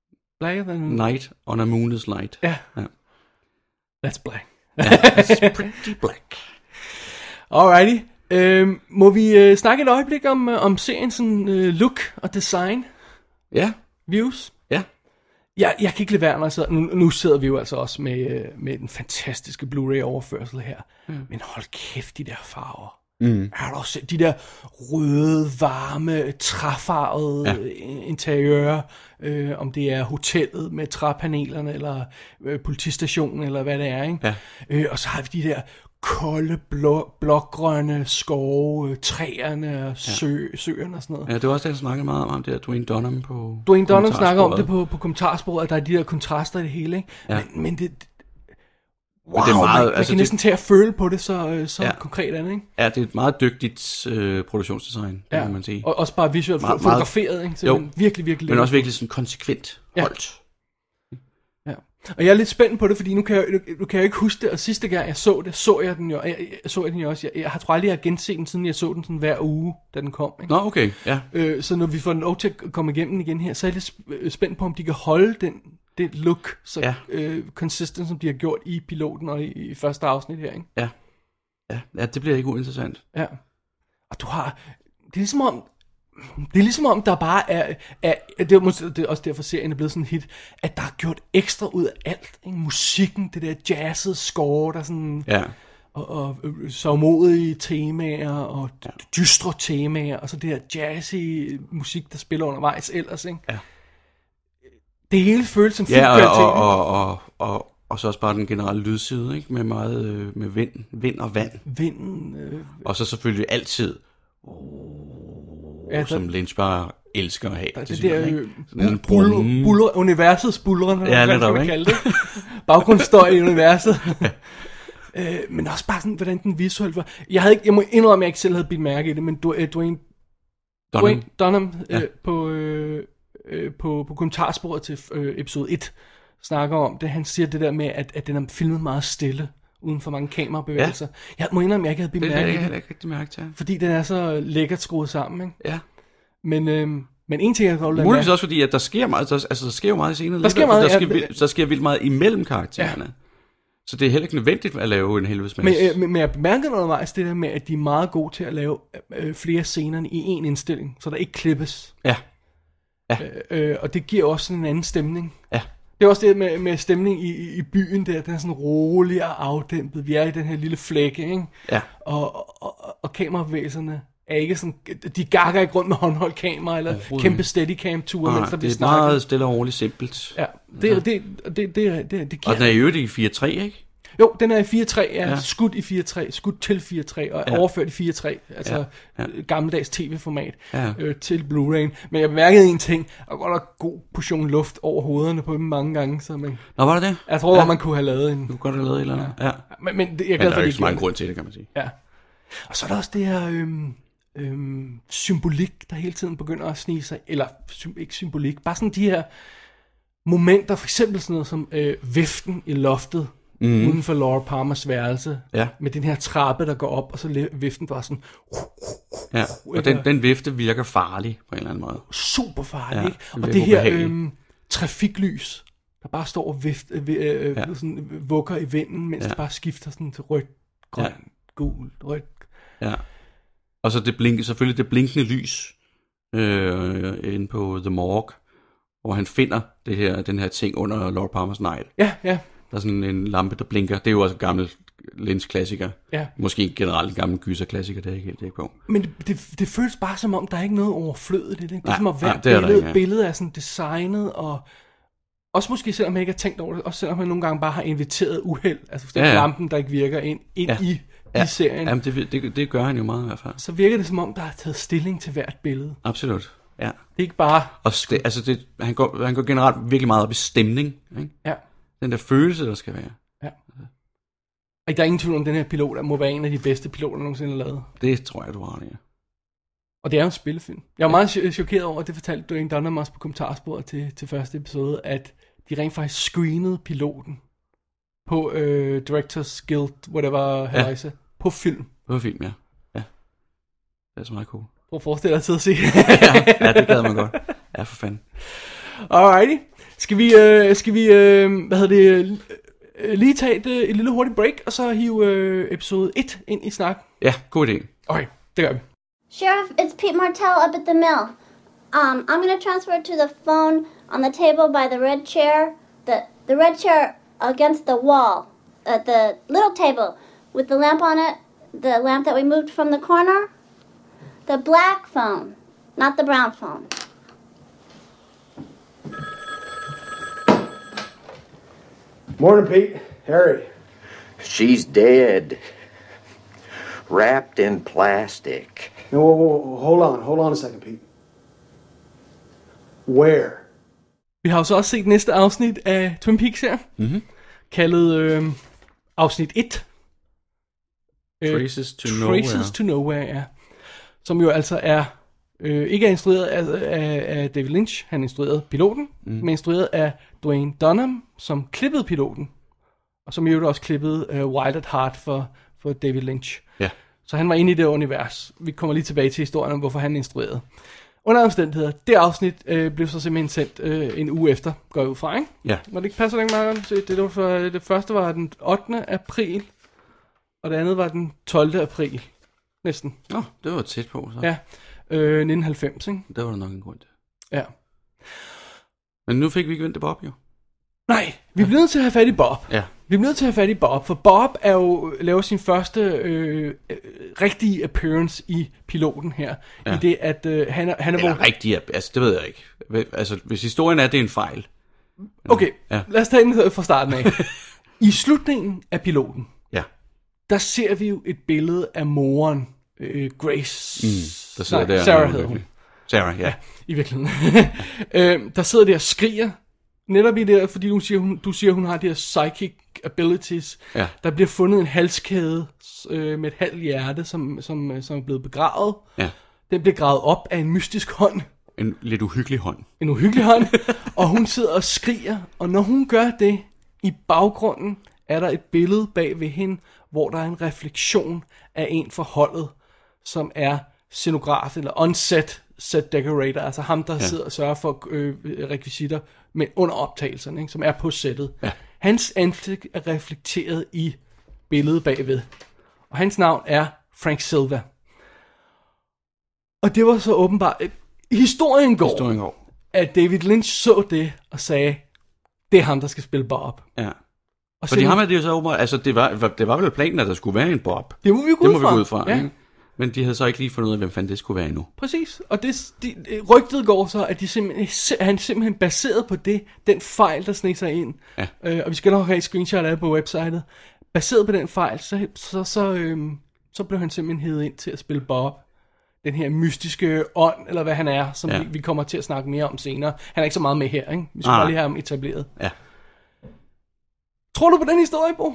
night on a moonless light. Ja. That's black. That's pretty black. Alrighty. Må vi snakke et øjeblik om serien sådan look og design? Ja. Views? Ja. Jeg kan ikke lade være, når nu sidder vi jo altså også med den fantastiske Blu-ray overførsel her. Men hold kæft, de der farver. Har du også set de der røde, varme, træfarvede interiører, om det er hotellet med træpanelerne, eller politistationen, eller hvad det er, ikke? Ja. Og så har vi de der kolde, blågrønne skove, træerne og søerne og sådan noget. Ja, det var også det, jeg snakkede meget om, det der Dwayne Dunham på Dwayne Dunham snakker om det på kommentarsporet, at der er de der kontraster i det hele, ikke? Ja. Men det... Wow, det er meget, man kan næsten tage at føle på det, så konkret er det, ikke? Ja, det er et meget dygtigt produktionsdesign, det kan man sige. Og også bare visuelt fotograferet, ikke? Så virkelig, virkelig... Men også virkelig sådan konsekvent holdt. Ja. Og jeg er lidt spændt på det, fordi nu kan jeg ikke huske det, og sidste gang jeg så jeg den jo også. Jeg har tror aldrig, jeg har genset den, siden jeg så den sådan hver uge, da den kom. Ikke? Nå, okay, ja. Så når vi får den lov til at komme igennem igen her, så er jeg lidt spændt på, om de kan holde det look, så consistent, som de har gjort i piloten og i første afsnit her. Ikke? Ja, det bliver ikke uinteressant. Ja. Og du har... Det er ligesom om, der bare er det er også derfor serien er blevet sådan en hit, at der er gjort ekstra ud af alt. Ikke? Musikken, det der jazzede score, der sådan... Ja. Og sørgmodige temaer, og dystre temaer, og så det her jazzy musik, der spiller undervejs ellers, ikke? Ja. Det hele føles som filmkvalitet. Og så også bare den generelle lydside, ikke? Med meget med vind og vand. Vinden. Og så selvfølgelig altid... som Lynch bare elsker at have. Det der universets bulrende, netop, ikke? Kalde det. Baggrundsstøj i universet. Men også bare sådan, hvordan den visuelt var. Jeg må indrømme, at jeg ikke selv havde bidt mærke i det, men Dwayne Dunham på kommentarsporet til episode 1 snakker om det. Han siger det der med, at den er filmet meget stille, uden for mange kamerabevægelser. Jeg må indrømme, at jeg ikke havde bidt mærke i det. Det er ikke rigtig mærke til. Fordi den er så lækkert skruet sammen, ikke? Ja. Men en ting, jeg kan holde muligvis også fordi, at der sker meget, der sker jo meget i scenen. Der sker vildt meget imellem karaktererne. Ja. Så det er heller ikke nødvendigt at lave en helvedes masse. Men jeg bemærker undervejs det der med, at de er meget gode til at lave flere scener i en indstilling, så der ikke klippes. Ja. Og det giver også en anden stemning. Ja. Det er også det med stemning i byen der, den er sådan rolig og afdæmpet. Vi er i den her lille flække, ikke? Ja. Og kamerabevægelserne er ikke sådan, de gakker ikke rundt med håndholdt kamera, eller kæmpe steadicam-ture, mens der bliver snakket. Det er meget stille og roligt simpelt. Ja, det giver... Og den er jo i 4:3, ikke? Jo, den er i 4:3, skudt i 4:3, skudt til 4:3, og overført i 4:3, altså gammeldags tv-format, til Blu-ray. Men jeg bemærkede en ting, og godt nok god portion luft over hovederne på dem mange gange, så man... Nå, var det det? Jeg tror, man kunne have lavet en... Du kunne godt have lavet et eller andet, ja. Men jeg er glad for, der er ikke så meget grund til det, kan man sige. Ja. Og så er der også det her symbolik, der hele tiden begynder at snige sig, eller ikke symbolik, bare sådan de her momenter, for eksempel sådan noget som viften i loftet, uden for Laura Palmers værelse, med den her trappe, der går op, og så viften bare sådan... Ja, og den vifte virker farlig på en eller anden måde. Super farlig, ikke? Og det her trafiklys, der bare står og sådan, vugger i vinden, mens det bare skifter sådan til rødt, grøn, gul, rødt. Ja. Og så selvfølgelig det blinkende lys inde på The Morgue, hvor han finder den her ting under Laura Palmers negl. Ja. Der er sådan en lampe, der blinker. Det er jo også en gammel Lynch-klassiker. Ja. Måske generelt en gammel gyser-klassiker, det er jeg ikke helt på. Men det føles bare som om, der er ikke noget overflødigt i det. Det er som at hvert billede er sådan designet, og også måske selvom jeg ikke har tænkt over det, også selvom man nogle gange bare har inviteret uheld, altså for lampen, der ikke virker ind i serien. Jamen, det gør han jo meget i hvert fald. Så virker det som om, der er taget stilling til hvert billede. Absolut, ja. Det er ikke bare... Og han går generelt virkelig meget op i stemning, ikke? Ja. Den der følelse, der skal være. Ja. Og der er ingen tvivl om, den her pilot må være en af de bedste piloter, nogensinde har lavet. Det tror jeg, du har, ja. Og det er jo en spillefilm. Jeg var meget chokeret over, det fortalte Dwayne Dunham også på kommentarsporet til første episode, at de rent faktisk screenede piloten på Directors Guild, whatever, på film. På film, ja. Det er så meget cool. Prøv at forestille dig til at se. Ja, det gad man godt. Ja, for fanden. Alrighty. Skal vi lige tage et lille hurtigt break, og så hive episode 1 ind i snak? Ja, god idé. Okay, det gør vi. Sheriff, it's Pete Martell up at the mill. I'm going to transfer it to the phone on the table by the red chair. The red chair against the wall. The little table with the lamp on it. The lamp that we moved from the corner. The black phone, not the brown phone. Morning, Pete. Harry. She's dead. Wrapped in plastic. No, hold on a second, Pete. Where? Vi har jo så også set næste afsnit af Twin Peaks her, kaldet afsnit 1. Traces to Nowhere, ja. Som jo altså er ikke er instrueret af David Lynch, han instruerede piloten, men instrueret af Dwayne Dunham, som klippede piloten, og som i øvrigt også klippede Wild at Heart for David Lynch. Ja. Så han var inde i det univers. Vi kommer lige tilbage til historien om, hvorfor han instruerede. Under omstændigheder, det afsnit blev så simpelthen sendt en uge efter, går jeg ud fra, ikke? Ja. Var det ikke passer længe, Marcon? Det første var den 8. april, og det andet var den 12. april. Næsten. Nå, det var tæt på, så. Ja. 1990, ikke? Der var der nok en grund til. Ja. Men nu fik vi ikke vendt Bob, jo. Nej, vi bliver nødt til at have fat i Bob. Ja. Vi bliver nødt til at have fat i Bob, for Bob er jo laver sin første rigtige appearance i piloten her. Ja. I det, at han er... Eller rigtig, altså det ved jeg ikke. Altså, hvis historien er, det er en fejl. Okay, ja. Lad os tage den fra starten af. I slutningen af piloten, ja, der ser vi jo et billede af moren, Grace. Der sidder der. Sarah hedder hun. Sarah, ja. I virkeligheden. Der sidder der og skriger. Netop i det, fordi du siger, hun har de her psychic abilities. Ja. Der bliver fundet en halskæde med et halvt hjerte, som er blevet begravet. Ja. Den bliver gravet op af en mystisk hånd. En lidt uhyggelig hånd. En uhyggelig hånd. Og hun sidder og skriger. Og når hun gør det, i baggrunden er der et billede bag ved hende, hvor der er en refleksion af en fra holdet, som er scenograf eller set decorator, altså ham, der sidder og sørger for rekvisitter under optagelserne, ikke, som er på sættet. Ja. Hans ansigt er reflekteret i billedet bagved. Og hans navn er Frank Silva. Og det var så åbenbart... Historien går, at David Lynch så det og sagde, det er ham, der skal spille Bob. Ja. Og fordi ham er det jo så åbenbart... Altså, det var vel planen, at der skulle være en Bob. Det må vi gå ud fra. Ja. Ikke? Men de havde så ikke lige fundet ud af, hvem fanden det skulle være endnu. Præcis. Og rygtet går så, at han simpelthen baseret på den fejl, der sneg sig ind. Ja. Og vi skal nok have et screenshot af det på websitet. Baseret på den fejl, så blev han simpelthen hævet ind til at spille Bob. Den her mystiske ånd, eller hvad han er, som vi kommer til at snakke mere om senere. Han er ikke så meget med her, ikke? Vi skal bare lige have ham etableret. Ja. Tror du på den historie, Bo?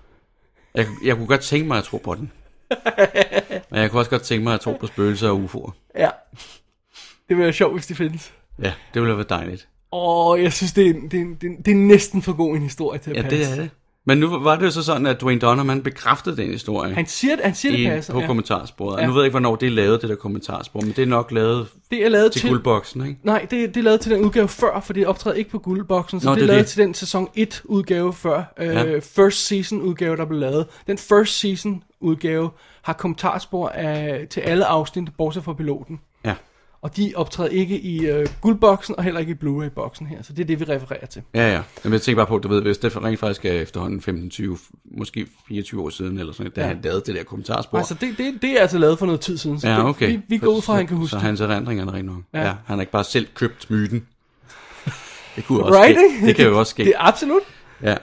Jeg kunne godt tænke mig at tro på den. Men jeg kunne også godt tænke mig at tro på spøgelser og UFO'er. Ja. Det ville være sjovt, hvis de findes. Ja, det ville være dejligt. Jeg synes, det er næsten for god en historie til at passe. Ja, det er det. Men nu var det jo så sådan, at Dwayne Dunham, han bekræftede den historie. Han siger det passer. På kommentarsporet. Ja. Nu ved jeg ikke, hvornår det er lavet, det der kommentarspor, men det er nok lavet, til guldboksen, ikke? Nej, det er lavet til den udgave før, for det optræder ikke på guldboksen, så det er lavet til den sæson 1 udgave før, first season udgave, der blev lavet. Den first season udgave har kommentarspor til alle afsnit, bortset fra piloten. Ja. Og de optræder ikke i guldboksen, og heller ikke i Blu-ray-boksen her, så det er det, vi refererer til. Ja. Men jeg tænker bare på, du ved, hvis det rent faktisk er efterhånden 15, 20, måske 24 år siden, eller sådan, da han lavede det der kommentarspor. Altså, det er altså lavet for noget tid siden, så okay. vi går ud fra, at han kan huske så det. Så hans erindring er rent nok. Ja, han har ikke bare selv købt myten. Det kunne også ske. Det kan jo også ske. Det er absolut. Ja.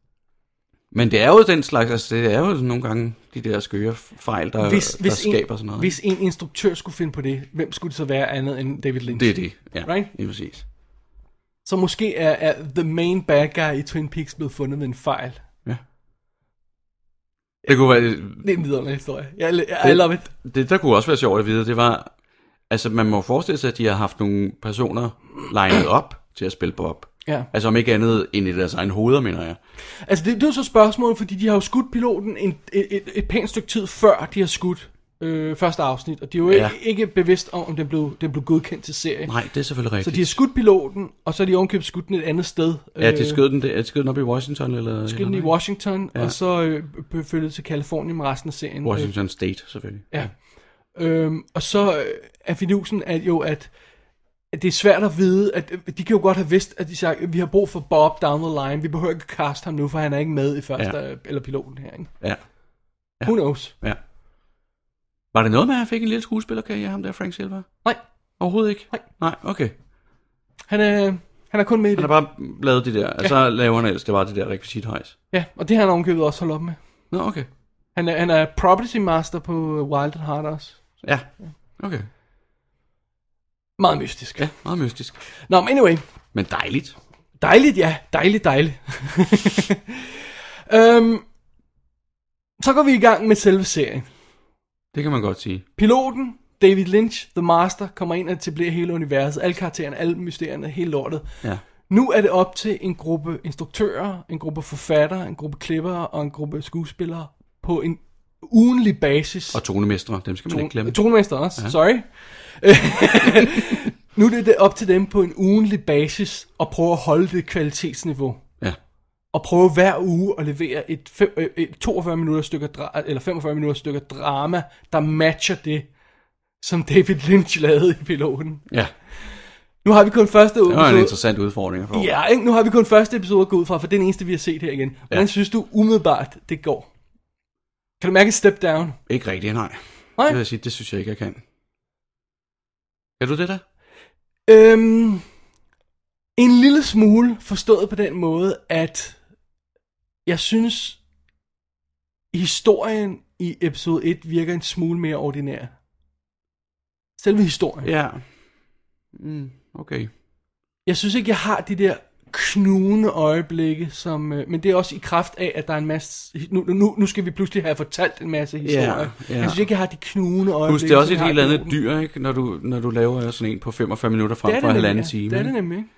Men det er jo den slags, altså det er jo nogle gange de der skøre fejl, der skaber sådan noget. Hvis en instruktør skulle finde på det, hvem skulle det så være andet end David Lynch? Det er det, ja. Right? Det er præcis. Så måske er the main bad guy i Twin Peaks blevet fundet med en fejl. Ja. Det kunne være... Det er en videre historie. I love it. Det, der kunne også være sjovt at vide, det var... Altså, man må forestille sig, at de har haft nogle personer legnet op til at spille Bob. Ja. Altså om ikke andet end i deres egen hoveder, mener jeg. Altså det er jo så spørgsmålet, fordi de har jo skudt piloten et pænt stykke tid før de har skudt første afsnit, og de er jo ikke bevidst om den blev godkendt til serien. Nej, det er selvfølgelig rigtigt. Så de har skudt piloten, og så har de ovenkøbet skudt den et andet sted. Ja, de skød den op i Washington, eller? Skød den i Washington, og så flyttet til Californien med resten af serien. Washington State, selvfølgelig. Ja. Og så er fidusen jo, at det er svært at vide, at de kan jo godt have vidst, at de siger, at vi har brug for Bob down the line. Vi behøver ikke cast ham nu, for han er ikke med i første, eller piloten her, ikke? Ja. Who knows? Ja. Var det noget med, at han fik en lille skuespillerkarriere, ham der, Frank Silva? Nej. Overhovedet ikke? Nej, okay. Han er kun med i det. Han har bare lavet det der, og så laver han ellers, det var det der rekvisithejs. Ja, og det har han ovenkøbet også holdt op med. Nå, okay. Han er property master på Wild at Heart også. Ja, okay. Meget mystisk. Ja, meget mystisk. Nå, men anyway. Men dejligt. Dejligt, ja. Dejligt. Så går vi i gang med selve serien. Det kan man godt sige. Piloten David Lynch, The Master, kommer ind og etablerer hele universet, alle karaktererne, alle mysterierne, hele lortet. Ja. Nu er det op til en gruppe instruktører, en gruppe forfattere, en gruppe klippere og en gruppe skuespillere på en ugenlig basis. Og tonemestre, dem skal man ikke glemme. Tonemestre også, sorry. Nu er det op til dem på en ugenlig basis at prøve at holde det kvalitetsniveau. Ja. Og prøve hver uge at levere et 45 minutter eller 45 minutter stykker drama, der matcher det, som David Lynch lavede i piloten. Ja. Nu har vi kun første episode. Det var en interessant udfordring for. Ja, ikke? Nu har vi kun første episode at gå ud fra, for det er den eneste, vi har set her igen. Hvordan synes du umiddelbart, det går? Kan du mærke et step down? Ikke rigtigt, nej. Nej? Det vil jeg sige, det synes jeg ikke, jeg kan. Kan du det da? En lille smule forstået på den måde, at jeg synes, historien i episode 1 virker en smule mere ordinær. Selve historien. Ja. Okay. Jeg synes ikke, jeg har de der knugende øjeblikke, som, men det er også i kraft af, at der er en masse... Nu skal vi pludselig have fortalt en masse historier. Ja. Jeg synes ikke, jeg har de knugende øjeblikke. Plus det er også et helt andet dyr, ikke? Når du laver sådan en på 45 minutter frem for en halvanden time. Det er det nemlig, ikke?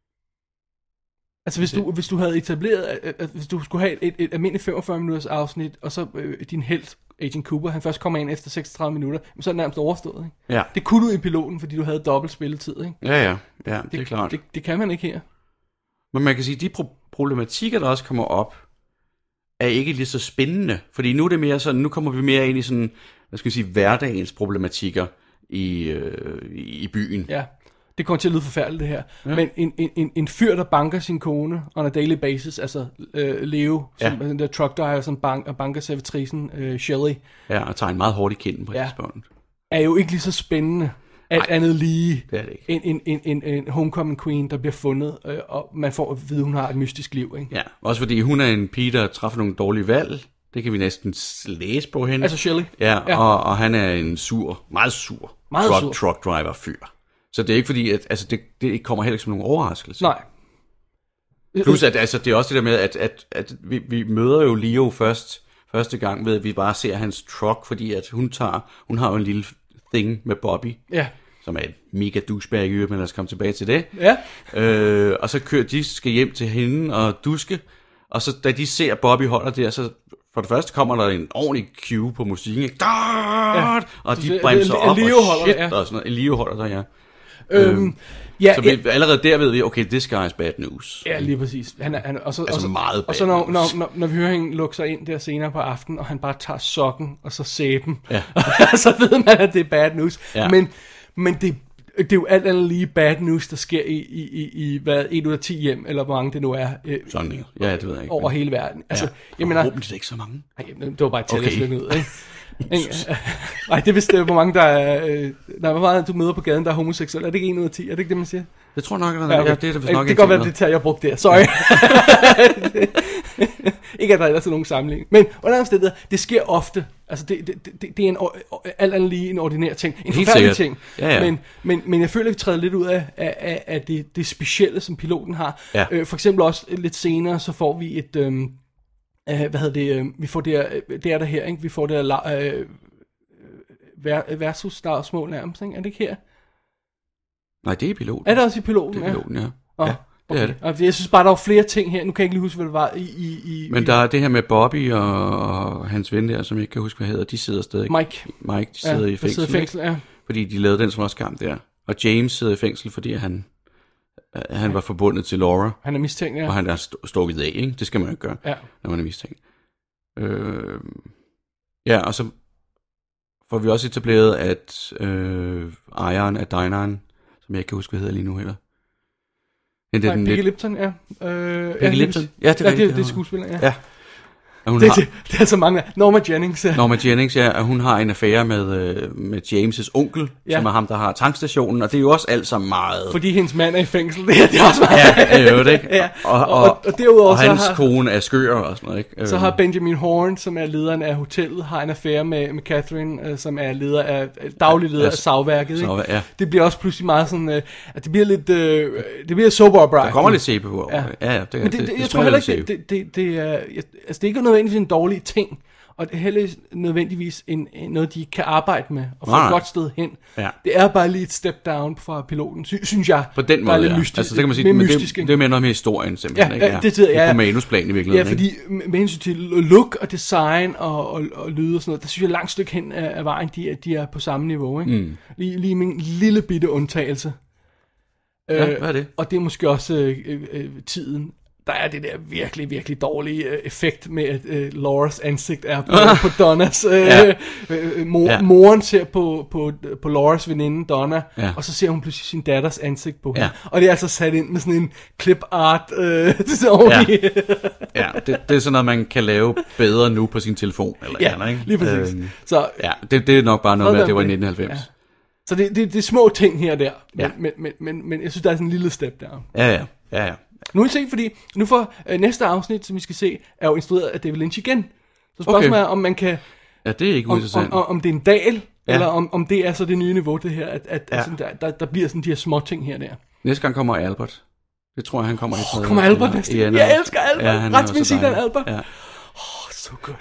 Altså hvis du havde etableret, hvis du skulle have et almindeligt 45 minutters afsnit, og så din helt, Agent Cooper, han først kommer ind efter 36 minutter, så er det nærmest overstået, ikke? Ja. Det kunne du i piloten, fordi du havde dobbelt spilletid, ikke? Ja, det er klart. Det kan man ikke her. Men man kan sige, at de problematikker, der også kommer op, er ikke lige så spændende. Fordi nu er det mere sådan, nu kommer vi mere ind i sådan, hvad skal vi sige, hverdagens problematikker i byen. Ja, det kommer til at lyde forfærdeligt det her. Ja. Men en fyr, der banker sin kone on a daily basis, altså Leo, som den der truck driver, som banker servitrisen Shelley. Ja, og tager en meget hårdt i kinden på et tidspunkt. Er jo ikke lige så spændende. Alt andet lige det er det ikke. En homecoming queen, der bliver fundet, og man får at vide, at hun har et mystisk liv, ikke? Ja, også fordi hun er en pige, der træffer nogle dårlige valg. Det kan vi næsten læse på hende. Altså Shelley? Ja. Og han er en meget sur truck driver fyr. Så det er ikke fordi, at altså, det kommer heller ikke som nogen overraskelse. Nej. Plus at altså, det er også det der med, at vi møder jo Leo første gang ved, at vi bare ser hans truck, fordi at hun har jo en lille thing med Bobby. Ja. Som er et mega douchebag, men lad os komme tilbage til det. Ja. Og så kører de skal hjem til hende og duske, og så da de ser Bobby holder der, så for det første kommer der en ordentlig cue på musikken, ikke? Og de bremser op og shit og sådan noget. Leo holder der, ja. Så vi, allerede der ved vi, okay, this guy is bad news. Ja, lige præcis. Han og så meget bad og så når vi hører hende lukke sig ind der senere på aftenen, og han bare tager sokken og så sæben, så ved man, at det er bad news. Ja. Men det er jo alt andet lige bad news, der sker i hvad, 1 ud af 10 hjem, eller hvor mange det nu er. Sådan, ja, det ved jeg ikke. Over hele verden. Altså, jeg mener, det er ikke så mange. Det var bare et tælleslykke ud, ikke? Nej, det er vist, hvor mange der er... hvor meget du møder på gaden, der er homoseksuelle. Er det ikke 1 ud af 10? Er det ikke det, man siger? Det tror jeg nok, det er vist nok. Det kan godt være, det tager jeg brugt der. Sorry. Ikke, at der ellers er nogen sammenligning. Men under omstændigheder, det sker ofte. Altså, det er alt andet lige en ordinær ting. En forfærdelig ting. Ja. Men jeg føler, at vi træder lidt ud af det specielle, som piloten har. Ja. For eksempel også lidt senere, så får vi et... vi får det der her, ikke? Vi får det versus-slagsmål nærmest, ikke? Er det ikke her? Nej, det er i piloten. Er det også i piloten? Det er i piloten, ja. Ja, det er det. Jeg synes bare, der var flere ting her. Nu kan jeg ikke lige huske, hvad det var i Men der er det her med Bobby og hans ven der, som jeg ikke kan huske, hvad hedder. De sidder stadig. Mike, de sidder i fængsel. Ja. Fordi de lavede den slåskamp der. Og James sidder i fængsel, fordi han var forbundet til Laura. Han er mistænkt, ja. Og han er stukket af, ikke? Det skal man jo gøre, når man er mistænkt. Og så får vi også etableret, at ejeren af dineren, som jeg ikke kan huske, hvad hedder lige nu heller. Peggy Lipton, ja. Peggy Lipton? Ja, det er skuespiller, ja. Det er så mange. Norma Jennings, ja. Norma Jennings, ja. Og hun har en affære med James' onkel, som er ham, der har tankstationen. Og det er jo også alt sammen meget... Fordi hendes mand er i fængsel. Det er også meget... Ja, det er jo det, ikke? Ja. Og derudover og hans kone er skør og sådan noget, ikke? Så har Benjamin Horne, som er lederen af hotellet, har en affære med Catherine, som er daglig leder af savværket, ikke? Ja. Det bliver også pludselig meget sådan... at det bliver lidt... det bliver soap opera. Der kommer lidt sæbe på. Ja. Men jeg tror heller ikke, det er ikke nødvendigvis en dårlig ting. og det er heller ikke nødvendigvis noget, de kan arbejde med og få Nej. et godt sted hen. Ja. Det er bare lige et step down fra piloten, synes jeg. På den Der er måde, lidt ja. mystisk, Altså, det kan man sige, mere men mystisk, det er mere noget med historien, simpelthen. Ja, ikke? det er på manusplan i virkeligheden. Ja, fordi med hensyn til look og design og lyd og sådan noget, der synes jeg langt stykke hen af vejen, de er på samme niveau. Ikke? Lige min lille bitte undtagelse. Ja, hvad er det? Og det er måske også tiden. Der er det der virkelig, virkelig dårlige effekt med, at Lauras ansigt er på Donnas. Moren ser på Lauras veninde, Donna, og så ser hun pludselig sin datters ansigt på hende. Og det er altså sat ind med sådan en clip art. Ja, det er sådan noget, man kan lave bedre nu på sin telefon. Eller andet, ikke? Lige præcis. Så, ja, det er nok bare noget med, at det var i 1990. Ja. Så det er små ting her og der, men jeg synes, der er sådan en lille step down. Ja. Nu er det se, fordi nu for næste afsnit, som vi skal se, er jo instrueret af David Lynch igen. Så spørgsmålet er, om man kan... Ja, det er ikke uinteressant. Om det er en dal, eller om det er så det nye niveau, det her, at der bliver sådan de her små ting her og der. Næste gang kommer Albert. Det tror jeg, han kommer i tredje. Kommer Albert næste? Jeg elsker Albert. Ja, Retsmedicineren Albert. Ja. Så godt.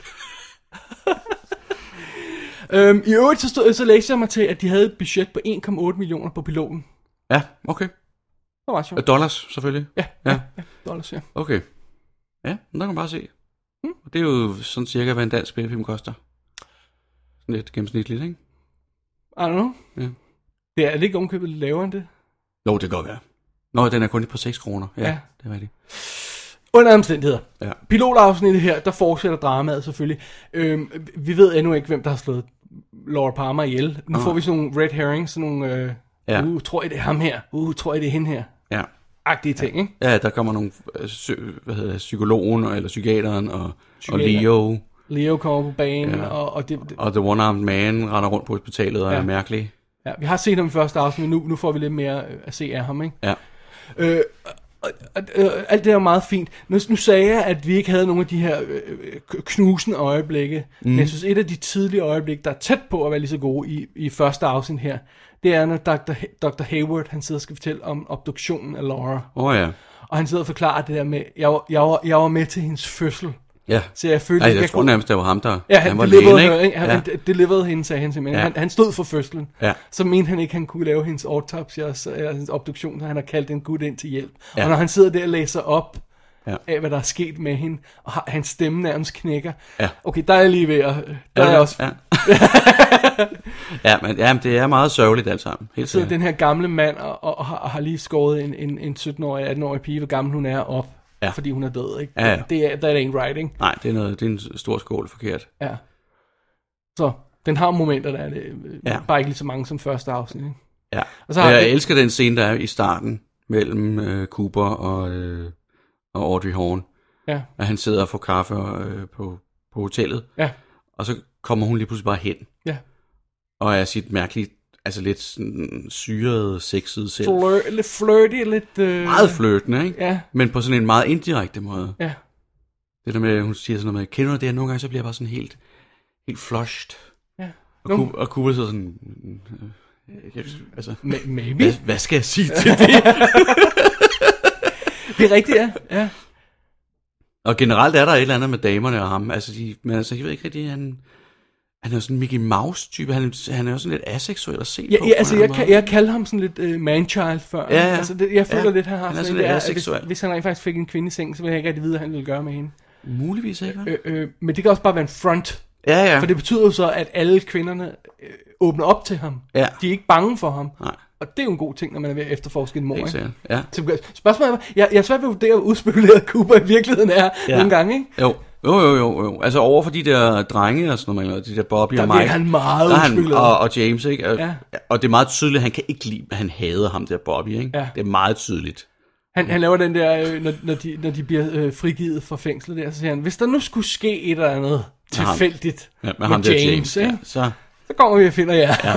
I øvrigt så læste jeg mig til, at de havde et budget på 1,8 millioner på piloten. Ja, okay. Det var sjovt. Dollars, selvfølgelig. Ja, dollars, ja. Okay. Ja, men der kan man bare se. Og det er jo sådan cirka, hvad en dansk spillefilm koster. Sådan lidt gennemsnitligt, ikke? I don't know. Ja. Det er ikke omkøbet lidt lavere end det. Jo, det kan godt være. Nå, den er kun på 6 kroner. Ja, det er rigtigt. Under omstændigheder. Ja. Pilotafsnittet her, der fortsætter dramaet selvfølgelig. Vi ved endnu ikke, hvem der har slået Laura Palmer ihjel. Nu får vi sådan nogle red herrings, sådan nogle, tror I det er ham her? Tror I det er hende her? Ja. Agtige ting, ikke? Ja, der kommer nogle, psykologen, eller psykiateren, og Leo. Leo kommer på banen, og The One-Armed Man render rundt på hospitalet og er mærkelig. Ja, vi har set ham i første afsnit, nu får vi lidt mere at se af ham, ikke? Ja. Alt det er meget fint. Nu sagde jeg, at vi ikke havde nogen af de her knusende øjeblikke, men jeg synes, et af de tidlige øjeblikke, der er tæt på at være lige så gode i første afsnit her, det er, når Dr. Hayward, han sidder og skal fortælle om obduktionen af Laura. Ja. Og han sidder og forklarer det der med, jeg var med til hendes fødsel. Ja. Så jeg følte, jeg tror nærmest, det var ham, der... Ja, han var lægen, ikke? Han deliverede hende, sagde han simpelthen. Ja. Han stod for fødslen. Ja. Så mente han ikke, han kunne lave hendes autopsy, eller hendes obduktion, så han har kaldt en gut ind til hjælp. Ja. Og når han sidder der og læser op af, hvad der er sket med hende, og hans stemme nærmest knækker. Ja. Okay, der er jeg lige ved at... Der er også... Ja. men det er meget sørgeligt alt sammen. Helt så den her gamle mand og har lige skåret en 17-årig, 18-årig pige, hvor gammel hun er, op. Ja. Fordi hun er død, ikke? Ja. Det er en writing. Nej, det er en stor skål forkert. Ja. Så den har momenter, der er det bare ikke lige så mange som første afsnit, ikke? Ja. Og så jeg elsker den scene, der er i starten mellem Cooper og Audrey Horne. Ja. At han sidder og får kaffe på hotellet. Ja. Og så kommer hun lige pludselig bare hen. Ja. Og er sit mærkeligt, altså lidt sådan syret, sexet selv. Lidt flirty, lidt... Meget flirtende, ikke? Ja. Men på sådan en meget indirekte måde. Ja. Det der med, hun siger sådan noget med, kender du det her? Nogle gange så bliver jeg bare sådan helt flushed. Ja. Og Cooper sidder sådan... altså, maybe. Hvad skal jeg sige til det? Det er rigtigt, ja. Og generelt er der et eller andet med damerne og ham. Altså, men altså, jeg ved ikke rigtig, han er sådan en Mickey Mouse-type. Han er jo sådan lidt aseksuel at se på. Ja, altså, jeg kalder ham sådan lidt man-child før. Ja. Altså, jeg føler lidt, han har han sådan lidt aseksuel. Hvis han rent faktisk fik en kvinde i seng, så vil jeg ikke rigtig vide, hvad han ville gøre med hende. Muligvis ikke. Men det kan også bare være en front. Ja. For det betyder jo så, at alle kvinderne åbner op til ham. Ja. De er ikke bange for ham. Nej. Og det er jo en god ting, når man er ved at efterforske en mor. Ikke? Ja. Spørgsmålet er, jeg er svært ved at vurdere, hvor udspekuleret Cooper i virkeligheden er nogle gange, ikke? Jo. Altså over for de der drenge og sådan noget, de der Bobby og Mike. Der er han meget udspekuleret. Og James, ikke? Og det er meget tydeligt, at han kan ikke lide, at han hader ham der Bobby, ikke? Ja. Det er meget tydeligt. Han laver den der, når de bliver frigivet fra fængslet der, så siger han, hvis der nu skulle ske et eller andet tilfældigt med James, ikke? Så kommer vi og finder jer. Ja.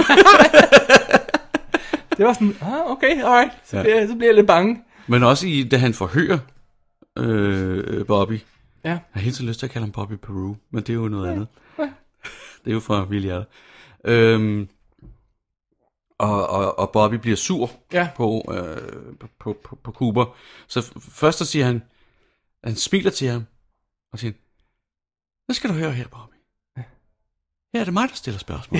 Det var sådan, okay, alright. Så bliver jeg lidt bange. Men også da han forhører Bobby. Ja. Jeg har hele tiden lyst til at kalde ham Bobby Peru, men det er jo noget andet. Ja. Det er jo fra Villiard. Og Bobby bliver sur på Cooper. Så først så siger han smiler til ham og siger, hvad skal du høre her, Bobby? her er det mig, der stiller spørgsmål.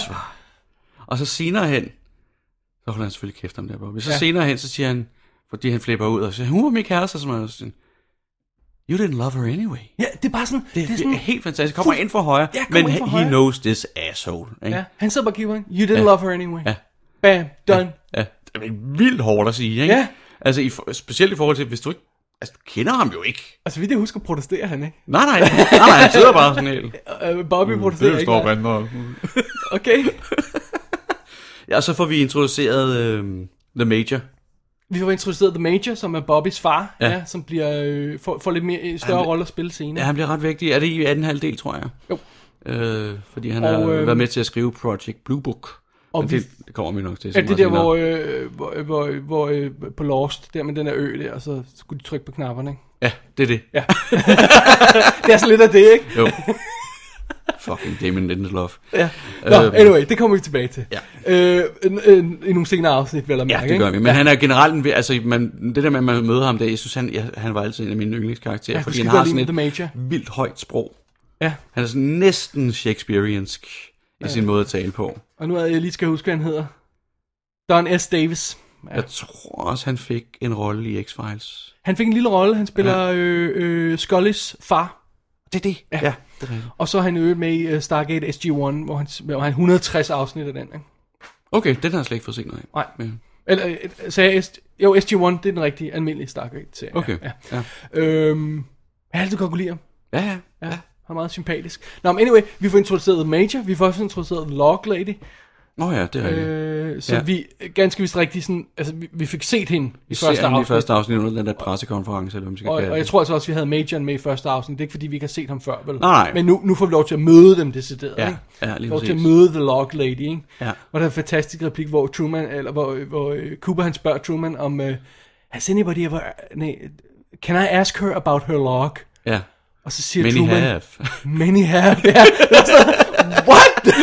Og så senere hen, så holder han selvfølgelig kæft om det, Bobby. Så senere hen, så siger han, fordi han flipper ud, og siger, hun var min kæreste, som er sådan, you didn't love her anyway. Ja, det er bare sådan... Det er sådan, helt fantastisk. Kommer ind for højre, men he knows this asshole. Ikke? Ja, han sidder bare og kigger, you didn't love her anyway. Ja. Bam, done. Ja. Det er vildt hårdt at sige, ikke? Ja. Altså, specielt i forhold til, hvis du ikke... Altså, du kender ham jo ikke. Altså, vidt jeg husker, protesterer han, ikke? Nej, han sidder bare sådan helt. Bobby protesterer ikke. Okay. Ja, og så får vi introduceret The Major. Vi får introduceret The Major, som er Bobbys far, som bliver får lidt mere større rolle at spille senere. Ja, han bliver ret vigtig. Er det i 18. halvdel, tror jeg? Jo. Fordi han har været med til at skrive Project Blue Book. Og det kommer vi nok til. Er det der, hvor på Lost, der med den der ø der, og så skulle de trykke på knapperne, ikke? Ja, det er det. Ja. Det er så lidt af det, ikke? Jo. Fucking Damon Lindelof. Ja. Nå, anyway, det kommer vi tilbage til. Ja. I nogle senere afsnit, vel at mærke. Ja, det gør vi. Men han er generelt, altså det der med, at man møder ham der, jeg synes, han var altid en af mine yndlingskarakterer, fordi han har sådan et vildt højt sprog. Ja. Han er sådan næsten Shakespeareansk i sin måde at tale på. Og nu er jeg lige skal huske, hvad han hedder. Don S. Davis. Ja. Jeg tror også, han fik en rolle i X-Files. Han fik en lille rolle. Han spiller Scullys far. Det er det. Ja, det er det. Og så er han med i Stargate SG-1, hvor han 160 afsnit af den. Ikke? Okay, den har jeg slet ikke fået set noget af. Nej. Men. Eller sagde jeg SG-1, det er den rigtige almindelige Stargate-serie. Okay. Ja. Jeg har altid godt kunne lide ham. Ja. Han er meget sympatisk. Nå, men anyway, vi får introduceret The Major, vi får også introduceret The Log Lady. Ja, det er rigtigt. Så vi ganske vist rigtig sådan, altså vi fik set hende i første afsnit under den der pressekonference, eller hvad man skal kalde det. Og jeg tror altså også, vi havde Majoren med i første afsnit. Det er ikke fordi, vi ikke har set ham før, vel? Nej. Men nu får vi lov til at møde dem decideret, ikke? Ja, lige lov til at møde The Log Lady, ikke? Ja. Og der er en fantastisk replik, hvor hvor Cooper han spørger Truman om, has anybody ever, can I ask her about her log? Ja. Og så siger Many Truman, have. Many have, ja. What?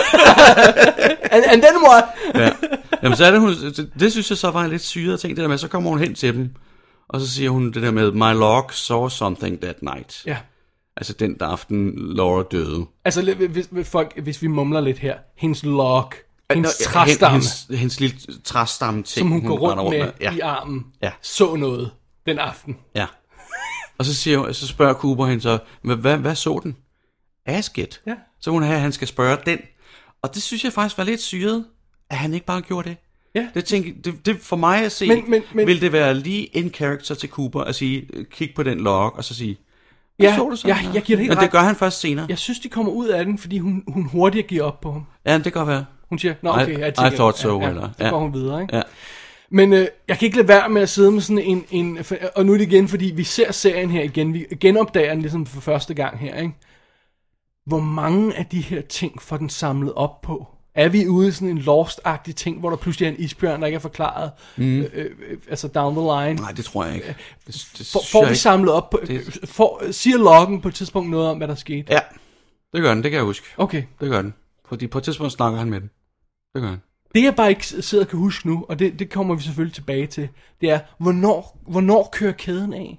and then what? Ja. Jamen så er det synes jeg så var en lidt syret ting, det der med, så kommer hun hen til dem, og så siger hun det der med, my log saw something that night. Ja. Altså den aften Laura døde. Altså hvis vi mumler lidt her, hendes log, hendes træstamme. Hendes lille træstamme ting. Som hun går rundt med i armen, så noget den aften. Ja. Og så spørger Cooper hende så, hvad så den? Ask it. Ja. Så hun han skal spørge den. Og det synes jeg faktisk var lidt syret, at han ikke bare gjorde det. Ja. Det for mig at se, vil det være lige en character til Cooper at sige, kig på den log, og så sige, jeg giver det helt ret. Men det gør han først senere. Jeg synes, de kommer ud af den, fordi hun hurtigt giver op på ham. Ja, det kan godt være. Hun siger, nå okay, I thought so. Eller, så går hun videre, ikke? Ja. Men jeg kan ikke lade være med at sidde med sådan en og nu er det igen, fordi vi ser serien her igen, vi genopdager den ligesom for første gang her, ikke? Hvor mange af de her ting får den samlet op på? Er vi ude i sådan en Lost-agtig ting, hvor der pludselig er en isbjørn, der ikke er forklaret, altså down the line? Nej, det tror jeg ikke. Får vi samlet op på, siger loggen på et tidspunkt noget om, hvad der skete? Ja, det gør den, det kan jeg huske. Okay. Det gør den, fordi på et tidspunkt snakker han med den. Det gør han. Det jeg bare ikke sidder og kan huske nu, og det kommer vi selvfølgelig tilbage til, det er, hvornår kører kæden af?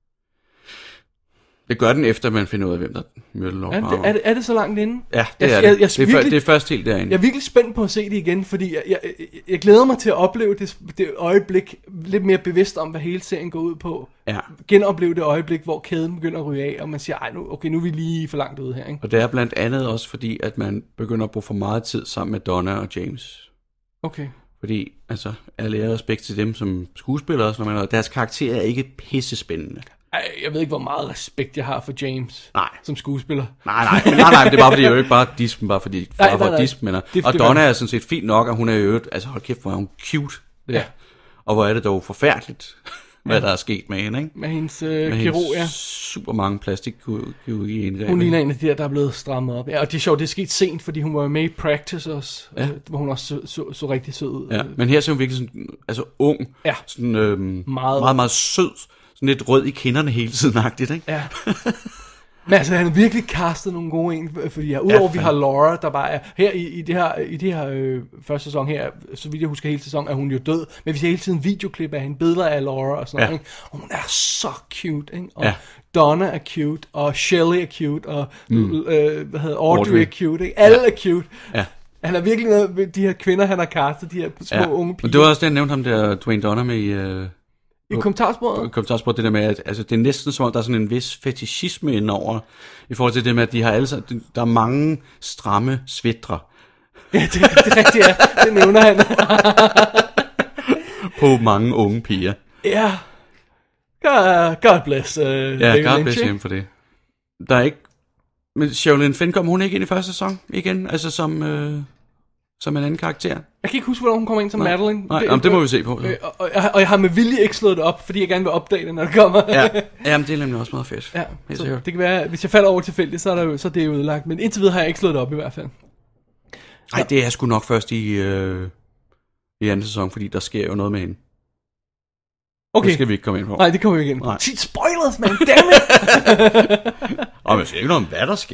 Det gør den efter, man finder ud af, hvem der mødte Log. Er det så langt inde? Ja, det er det. Det er først helt derinde. Jeg er virkelig spændt på at se det igen, fordi jeg glæder mig til at opleve det øjeblik, lidt mere bevidst om, hvad hele serien går ud på. Ja. Genopleve det øjeblik, hvor kæden begynder at ryge af, og man siger, nu er vi lige for langt ude her. Ikke? Og det er blandt andet også fordi, at man begynder at bruge for meget tid sammen med Donna og James. Okay. Fordi, altså, alle ære respekt til dem som skuespillere, og deres karakter er ikke pissespændende. Jeg ved ikke, hvor meget respekt jeg har for James som skuespiller. Nej, det er bare fordi, jeg jo ikke bare dispen, bare fordi dispen, men og Donna er sådan set fint nok, at hun er jo altså hold kæft, hvor er hun cute. Ja. Og hvor er det dog forfærdeligt, hvad der er sket med hende, ikke? Med hendes kirurg, ja. Super mange plastikkirurgi indgreb. Hun ligner en af de der er blevet strammet op. Ja, og det er sjovt, det er sket sent, fordi hun var med i Practice også, hvor hun også så rigtig sød ud. Ja, men her ser hun virkelig sådan, altså ung, sådan meget, meget, meget sød. Sådan lidt rød i kinderne hele tiden-agtigt, ikke? Ja. Men altså, han har virkelig castet nogle gode en, fordi udover vi har Laura, der bare er, her i det her første sæson her, så vidt jeg husker hele sæsonen, er hun jo død, men vi ser hele tiden videoklip af hende, billeder af Laura og sådan noget, ikke? Og hun er så cute, ikke? Og Donna er cute, og Shelley er cute, og Audrey er cute, ikke? Alle er cute. Ja. Han er virkelig noget med de her kvinder, han har castet, de her små unge piger. Men det var også det, jeg nævnte ham der, Dwayne Donner med i kommentarsporet, det der med, at altså, det er næsten som om, der er sådan en vis fetishisme indover, i forhold til det med, at de har der er mange stramme svætre. Ja, det er rigtigt, ja. Det nævner han. På mange unge piger. Ja. God bless. God bless him for det. Der er ikke... Men Sherilyn Fenn kom hun ikke ind i første sæson igen? Altså som en anden karakter? Jeg kan ikke huske, hvornår hun kommer ind som Madeline. Nej, det må vi se på. Og jeg har med vilje ikke slået det op, fordi jeg gerne vil opdage det, når det kommer. Jamen, det er nemlig også meget fedt. Ja, så det kan være, hvis jeg falder over tilfældigt, så er det jo ødelagt. Men indtil videre har jeg ikke slået det op i hvert fald. Nej, det er sgu nok først i anden sæson, fordi der sker jo noget med hende. Okay. Det skal vi ikke komme ind på. Nej, det kommer vi ikke ind på. Shit, spoilers, man, dammit! Men jeg siger ikke noget om, hvad der sker.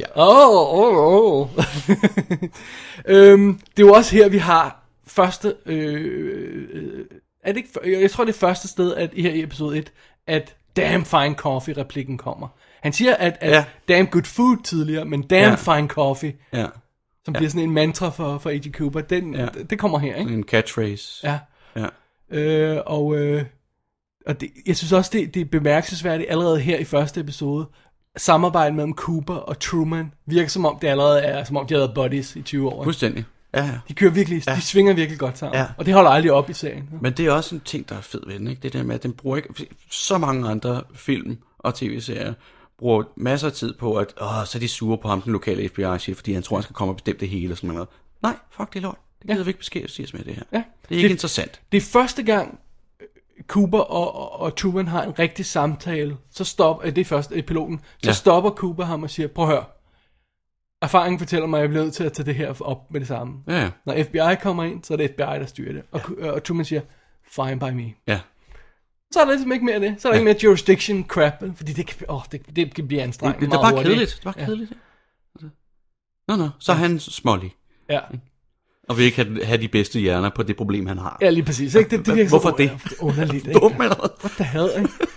Det er jo også her, vi har første... er det ikke, jeg tror, det er første sted, at her i episode 1, at damn fine coffee-replikken kommer. Han siger, at damn good food tidligere, men damn fine coffee, som bliver sådan en mantra for A.G. Cooper, det kommer her, ikke? En catchphrase. Ja. Og det, jeg synes også, det er bemærkelsesværdigt allerede her i første episode. Samarbejdet mellem Cooper og Truman virker som om det allerede er, som om de har været buddies i 20 år. Fuldstændig. Ja. De kører virkelig, de svinger virkelig godt sammen. Og det holder aldrig op i serien. Men det er også en ting, der er fed ved den, ikke? Det der med, at den bruger ikke... Så mange andre film og tv-serier bruger masser af tid på, at så er de sure på ham, den lokale FBI-chef, fordi han tror, han skal komme og bestemme det hele og sådan noget. Nej, fuck det lort. Det gider vi ikke beskæftige os med det her. Ja. Det er ikke interessant. Det er første gang, Cooper og Truman har en rigtig samtale, så stopper, det er først i piloten, så stopper Cooper ham og siger, prøv at høre, erfaringen fortæller mig, at jeg bliver nødt til at tage det her op med det samme. Ja. Når FBI kommer ind, så er det FBI, der styrer det. Og Truman siger, fine by me. Ja. Så er der ligesom ikke mere det. Så er der ikke mere jurisdiction crap, fordi det kan blive anstrengende. Det er bare kedeligt. Det var kedeligt. Nå. Så er han smålig. Ja. Og vil ikke have de bedste hjerner på det problem, han har. Ja, lige præcis. Ikke? Hvorfor det? Underligt, ikke? Dumt eller noget. What the hell,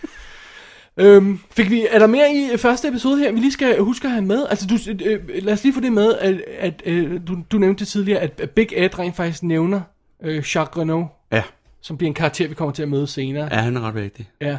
ikke? Er der mere i første episode her, vi lige skal huske at have med? Altså, lad os lige få det med, at du nævnte tidligere, at Big Ed rent faktisk nævner Jacques Renault. Ja. Som bliver en karakter, vi kommer til at møde senere. Ja, han er ret vigtig. Ja.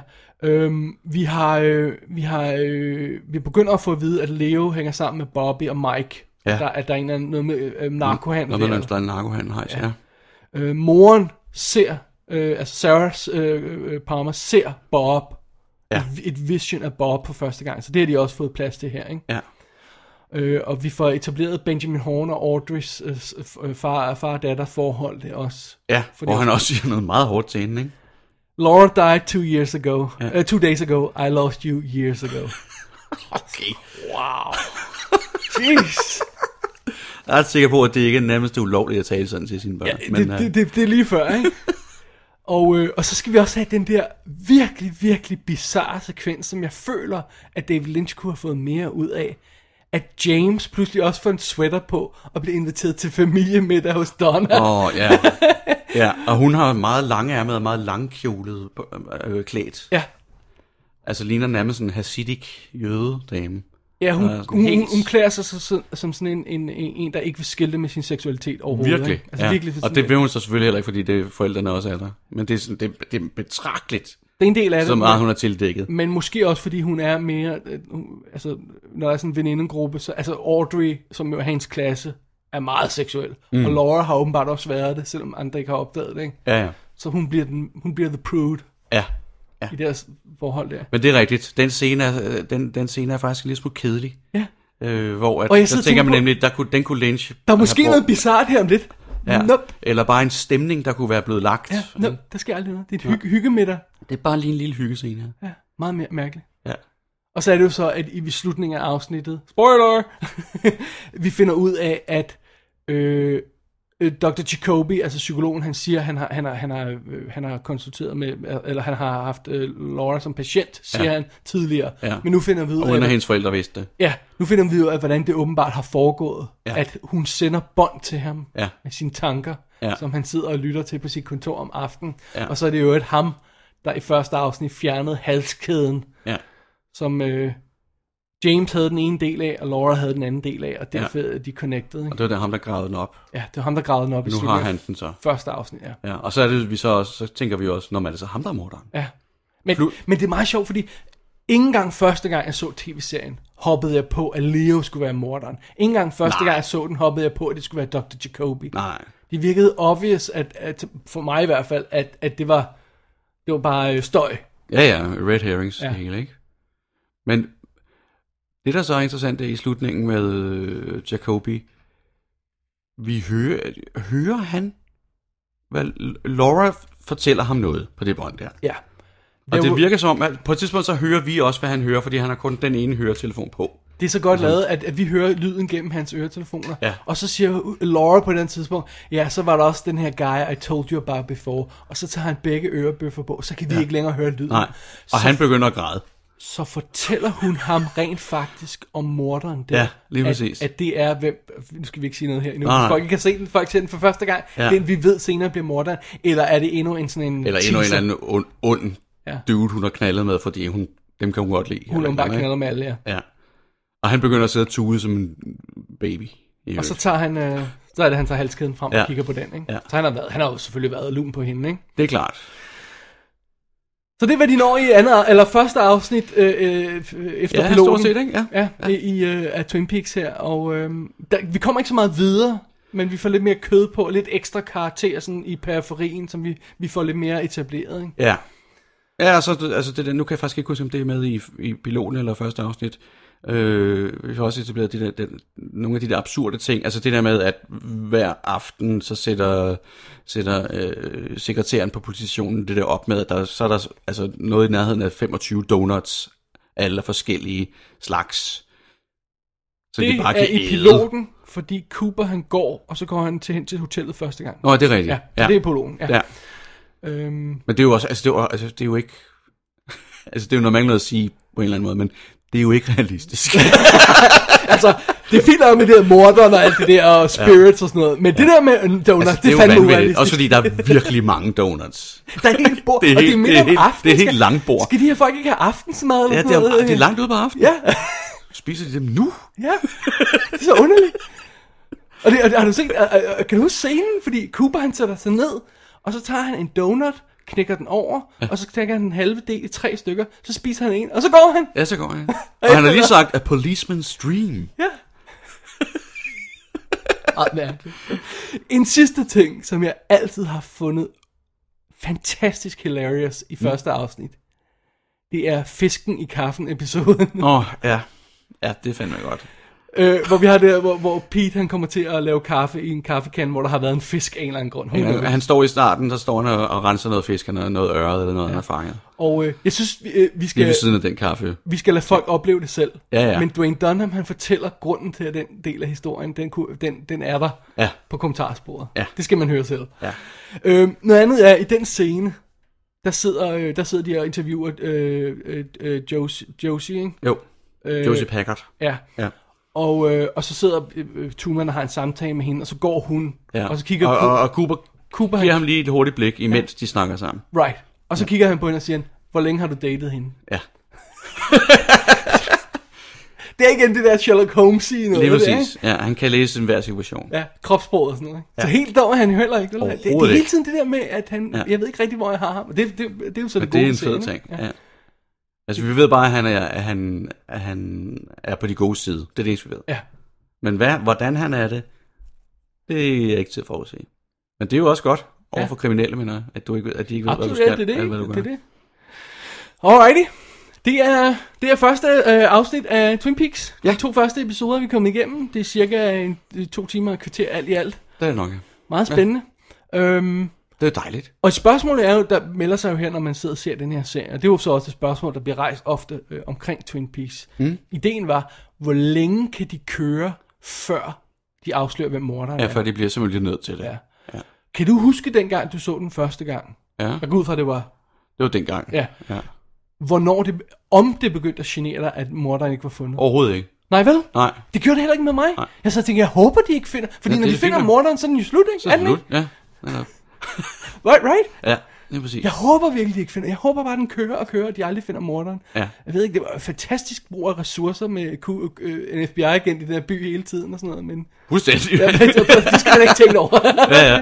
Vi begynder at få at vide, at Leo hænger sammen med Bobby og Mike. Ja. At der er noget med narkohandel. Noget med en narkohandel, ja. Moren ser, altså Sarahs Palmer ser Bob. Ja. Et vision af Bob på første gang. Så det har de også fået plads til her, ikke? Ja. Og vi får etableret Benjamin Horn og Audreys far og datter forhold det også. Ja, og han også siger noget meget hårdt til hende, ikke? Laura died 2 days ago. I lost you years ago. Okay. Wow. Jeez. Jeg er sikker på, at det ikke er nærmest ulovligt at tale sådan til sine børn. Ja, det er lige før, ikke? Og så skal vi også have den der virkelig, virkelig bizarre sekvens, som jeg føler, at David Lynch kunne have fået mere ud af. At James pludselig også får en sweater på, og bliver inviteret til familiemiddag hos Donna. Ja. Ja, og hun har meget lange ærmer og meget langkjolet klædt. Ja. Altså ligner nærmest en hasidisk jødedame. Ja, hun klæder sig som sådan en, der ikke vil skilte med sin seksualitet overhovedet. Virkelig, altså, virkelig og det vil hun så selvfølgelig heller ikke, fordi det forældrene også er der. Men det er betragteligt. Det er en del af det. Så meget hun er tildækket. Men måske også fordi hun er mere, altså når der er sådan en venindegruppe, så altså Audrey, som jo er hans klasse, er meget seksuel. Og Laura har åbenbart også været det, selvom andre ikke har opdaget det, ikke? Ja. Så hun bliver the prude. Ja. I deres forhold der. Men det er rigtigt. Den scene er faktisk lidt smule kedelig. Ja. Hvor der tænker man nemlig, den kunne Lynch. Der er måske noget bizarrt her om lidt. Ja. Nope. Eller bare en stemning, der kunne være blevet lagt. Ja, der sker aldrig noget. Det er et hyggemiddag. Det er bare lige en lille hyggescene her. Ja, meget mærkeligt. Ja. Og så er det jo så, at i slutningen af afsnittet, spoiler, vi finder ud af, at Dr. Jacoby, altså psykologen, han siger, han har konsulteret med, eller han har haft Laura som patient, siger han tidligere. Ja. Men nu finder vi ud af... Og uden at hendes forældre vidste det. Ja, nu finder vi ud af, hvordan det åbenbart har foregået. Ja. At hun sender bånd til ham med sine tanker, som han sidder og lytter til på sit kontor om aftenen. Ja. Og så er det jo ham, der i første afsnit fjernede halskæden, som... James havde den ene del af, og Laura havde den anden del af, og derfor er de connected. Ikke? Og det var ham, der gravede den op. Ja, det var ham, der gravede den op. Nu har han den så. Første afsnit, ja. Og så er det, så tænker vi også, når man er det så ham, der er morderen. Ja, men det er meget sjovt, fordi ikke engang første gang, jeg så tv-serien, hoppede jeg på, at Leo skulle være morderen. Ikke engang første gang, jeg så den, hoppede jeg på, at det skulle være Dr. Jacoby. Nej. Det virkede obvious, at for mig i hvert fald, at det var bare støj. Ja, red herrings, det hele, ikke? Men... Det, der så er interessant, er i slutningen med Jacoby, vi hører han, hvad Laura fortæller ham noget på det bånd der. Ja. Og det virker som, at på et tidspunkt så hører vi også, hvad han hører, fordi han har kun den ene høretelefon på. Det er så godt lavet, at vi hører lyden gennem hans øretelefoner. Ja. Og så siger Laura på den tidspunkt, ja, så var der også den her guy, I told you about before. Og så tager han begge ørebøffer på, så kan vi ikke længere høre lyden. Nej, og han begynder at græde. Så fortæller hun ham rent faktisk om morderen der. Ja, lige præcis. At det er, hvem... Nu skal vi ikke sige noget her endnu. Folk kan se den, folk ser den for første gang. Ja. Den vi ved senere bliver morderen. Eller er det endnu en sådan en eller endnu en anden ond dude, hun har knaldet med, fordi dem kan hun godt lide. Hun har bare knaldet med alle, ja. Og han begynder at sidde og tude som en baby. Og så tager han... så er det, han tager halskæden frem og kigger på den, ikke? Ja. Så han har jo selvfølgelig været lun på hende, ikke? Det er klart. Så det var de når i første afsnit efter piloten. Stort set, ikke? Ja. Af Twin Peaks her. Og vi kommer ikke så meget videre, men vi får lidt mere kød på, lidt ekstra karakter sådan i periferien, som vi får lidt mere etableret, ikke? Ja. Ja, altså det der, nu kan jeg faktisk ikke huske, om det er med i piloten eller første afsnit. Vi har også etableret nogle af de der absurde ting. Altså det der med, at hver aften så sætter sekretæren på politistationen det der op med, at så er der altså noget i nærheden af 25 donuts, alle forskellige slags. Så det de bare er i piloten, fordi Cooper han går, og så går han hen til hotellet første gang. Nå, det er rigtigt. Ja, det er piloten. Ja. Men det er jo også, det er jo ikke, altså det er jo normalt noget at sige på en eller anden måde, men det er jo ikke realistisk. Altså, det er fint nok med det der morderen og alt det der, og spirits og sådan noget, men det der med donuts, altså, det er fandme urealistisk. Også fordi der er virkelig mange donuts. Der er helt bord, og det er midt om aftenen. Det er helt langt Skal de her folk ikke have aftensmad? Ja, det er langt ude på aftenen. Ja. Spiser de dem nu? Ja, det er så underligt. Og har du set, kan du huske scenen? Fordi Cooper han sætter sig ned, og så tager han en donut, knækker den over, og så knækker han en halve del i 3 stykker, så spiser han en, og så går han. Ja, så går han. Og han har lige sagt, a policeman's dream. Ja. En sidste ting, som jeg altid har fundet fantastisk hilarious i første afsnit, det er fisken i kaffen-episoden. Ja. Ja, det fandme godt. Hvor vi har det, hvor Pete han kommer til at lave kaffe i en kaffekan, hvor der har været en fisk af en eller anden grund. Han står i starten, der står han og renser noget fisk, noget øret eller noget, han har fanget. Og jeg synes, vi skal... Lige ved siden af den kaffe. Vi skal lade folk opleve det selv. Ja. Men Dwayne Dunham, han fortæller grunden til, at den del af historien, den er der på kommentarsporet. Ja. Det skal man høre selv. Ja. Noget andet er, i den scene, der sidder de og interviewer Josie, ikke? Jo, Josie Packard. Ja. Og så sidder Truman og har en samtale med hende, og så går hun, og så kigger og Cooper giver ham lige et hurtigt blik, imens de snakker sammen. Right. Og så kigger han på hende og siger, hvor længe har du datet hende? Ja. Det er igen det der Sherlock Holmes-ige noget. Lige præcis. Ja, han kan læse en hver situation. Ja, kropsprog og sådan noget. Ja. Så helt dog er han heller ikke. Det er hele tiden det der med, at han... Ja. Jeg ved ikke rigtig, hvor jeg har ham. Det er jo så det gode. Det er en fed ting, ja. Altså, vi ved bare, at han er på de gode side. Det er det eneste, vi ved. Ja. Men hvordan han er det, det er jeg ikke til at forudse. Men det er jo også godt overfor kriminelle, mener at de ikke ved, absolut, hvad du skal. Absolut, det er det. Alrighty. Det er første afsnit af Twin Peaks. De 2 første episoder, vi er kommet igennem. Det er cirka 2 timer og kvarter alt i alt. Det er nok, ja. Meget spændende. Det er dejligt. Og spørgsmålet er jo, der melder sig jo her, når man sidder og ser den her serie. Og det er jo så også et spørgsmål, der bliver rejst ofte omkring Twin Peaks. Ideen var, hvor længe kan de køre, før de afslører, hvem morderen Ja, er. for de bliver simpelthen nødt til det. Ja. Ja. Kan du huske dengang, du så den første gang? Ja. Jeg går ud fra, det var... Det var dengang. Ja. Ja. Hvornår om det begyndte at genere dig, at morderen ikke var fundet? Overhovedet ikke. Nej, vel? Nej. Det gjorde det heller ikke med mig. Nej. Jeg så tænkte, jeg håber, de ikke finder... Fordi Ja, når det de er finder fint. morderen, så er den jo slut, ikke? Så Er den slut. ikke? Ja. Right? Ja, det er præcis. Jeg håber virkelig, de ikke finder... Jeg håber bare, den kører og kører, og de aldrig finder morderen. Ja. Jeg ved ikke, det var en fantastisk brug af ressourcer med en FBI-agent i den her by hele tiden og sådan noget, men... Fuldstændig. Ja, det skal man ikke tænke over. Ja.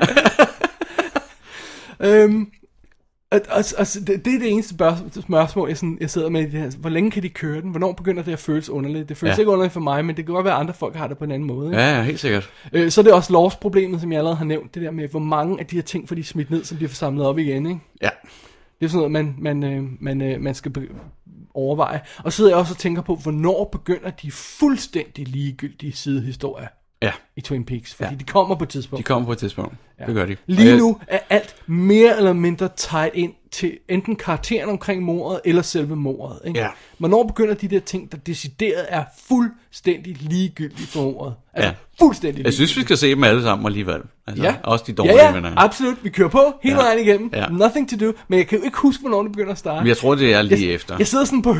Det er det eneste spørgsmål, jeg sidder med i det her. Hvor længe kan de køre den? Hvornår begynder det at føles underligt? Det føles ikke underligt for mig, men det kan godt være, at andre folk har det på en anden måde. Ikke? Ja, helt sikkert. Så er det også lovsproblemet, som jeg allerede har nævnt. Det der med, hvor mange af de her ting får de smidt ned, som bliver samlet op igen. Ikke? Ja. Det er sådan noget, man skal overveje. Og så sidder jeg også og tænker på, hvornår begynder de fuldstændig ligegyldige sidehistorier i Twin Peaks. Fordi de kommer på et tidspunkt. De kommer på et tidspunkt. Ja. Det gør de. Lige nu er alt mere eller mindre tight ind til enten karakteren omkring mordet, eller selve mordet. Ikke? Ja. Hvornår begynder de der ting, der decideret er fuldstændig ligegyldige for mordet? Altså fuldstændig ligegyldige. Jeg synes, vi skal se dem alle sammen alligevel. Altså, Ja. Også de dårlige venner. Absolut. Vi kører på hele vejen igennem. Ja. Nothing to do. Men jeg kan jo ikke huske, hvornår det begynder at starte. Men jeg tror, det er lige efter. Jeg sidder sådan på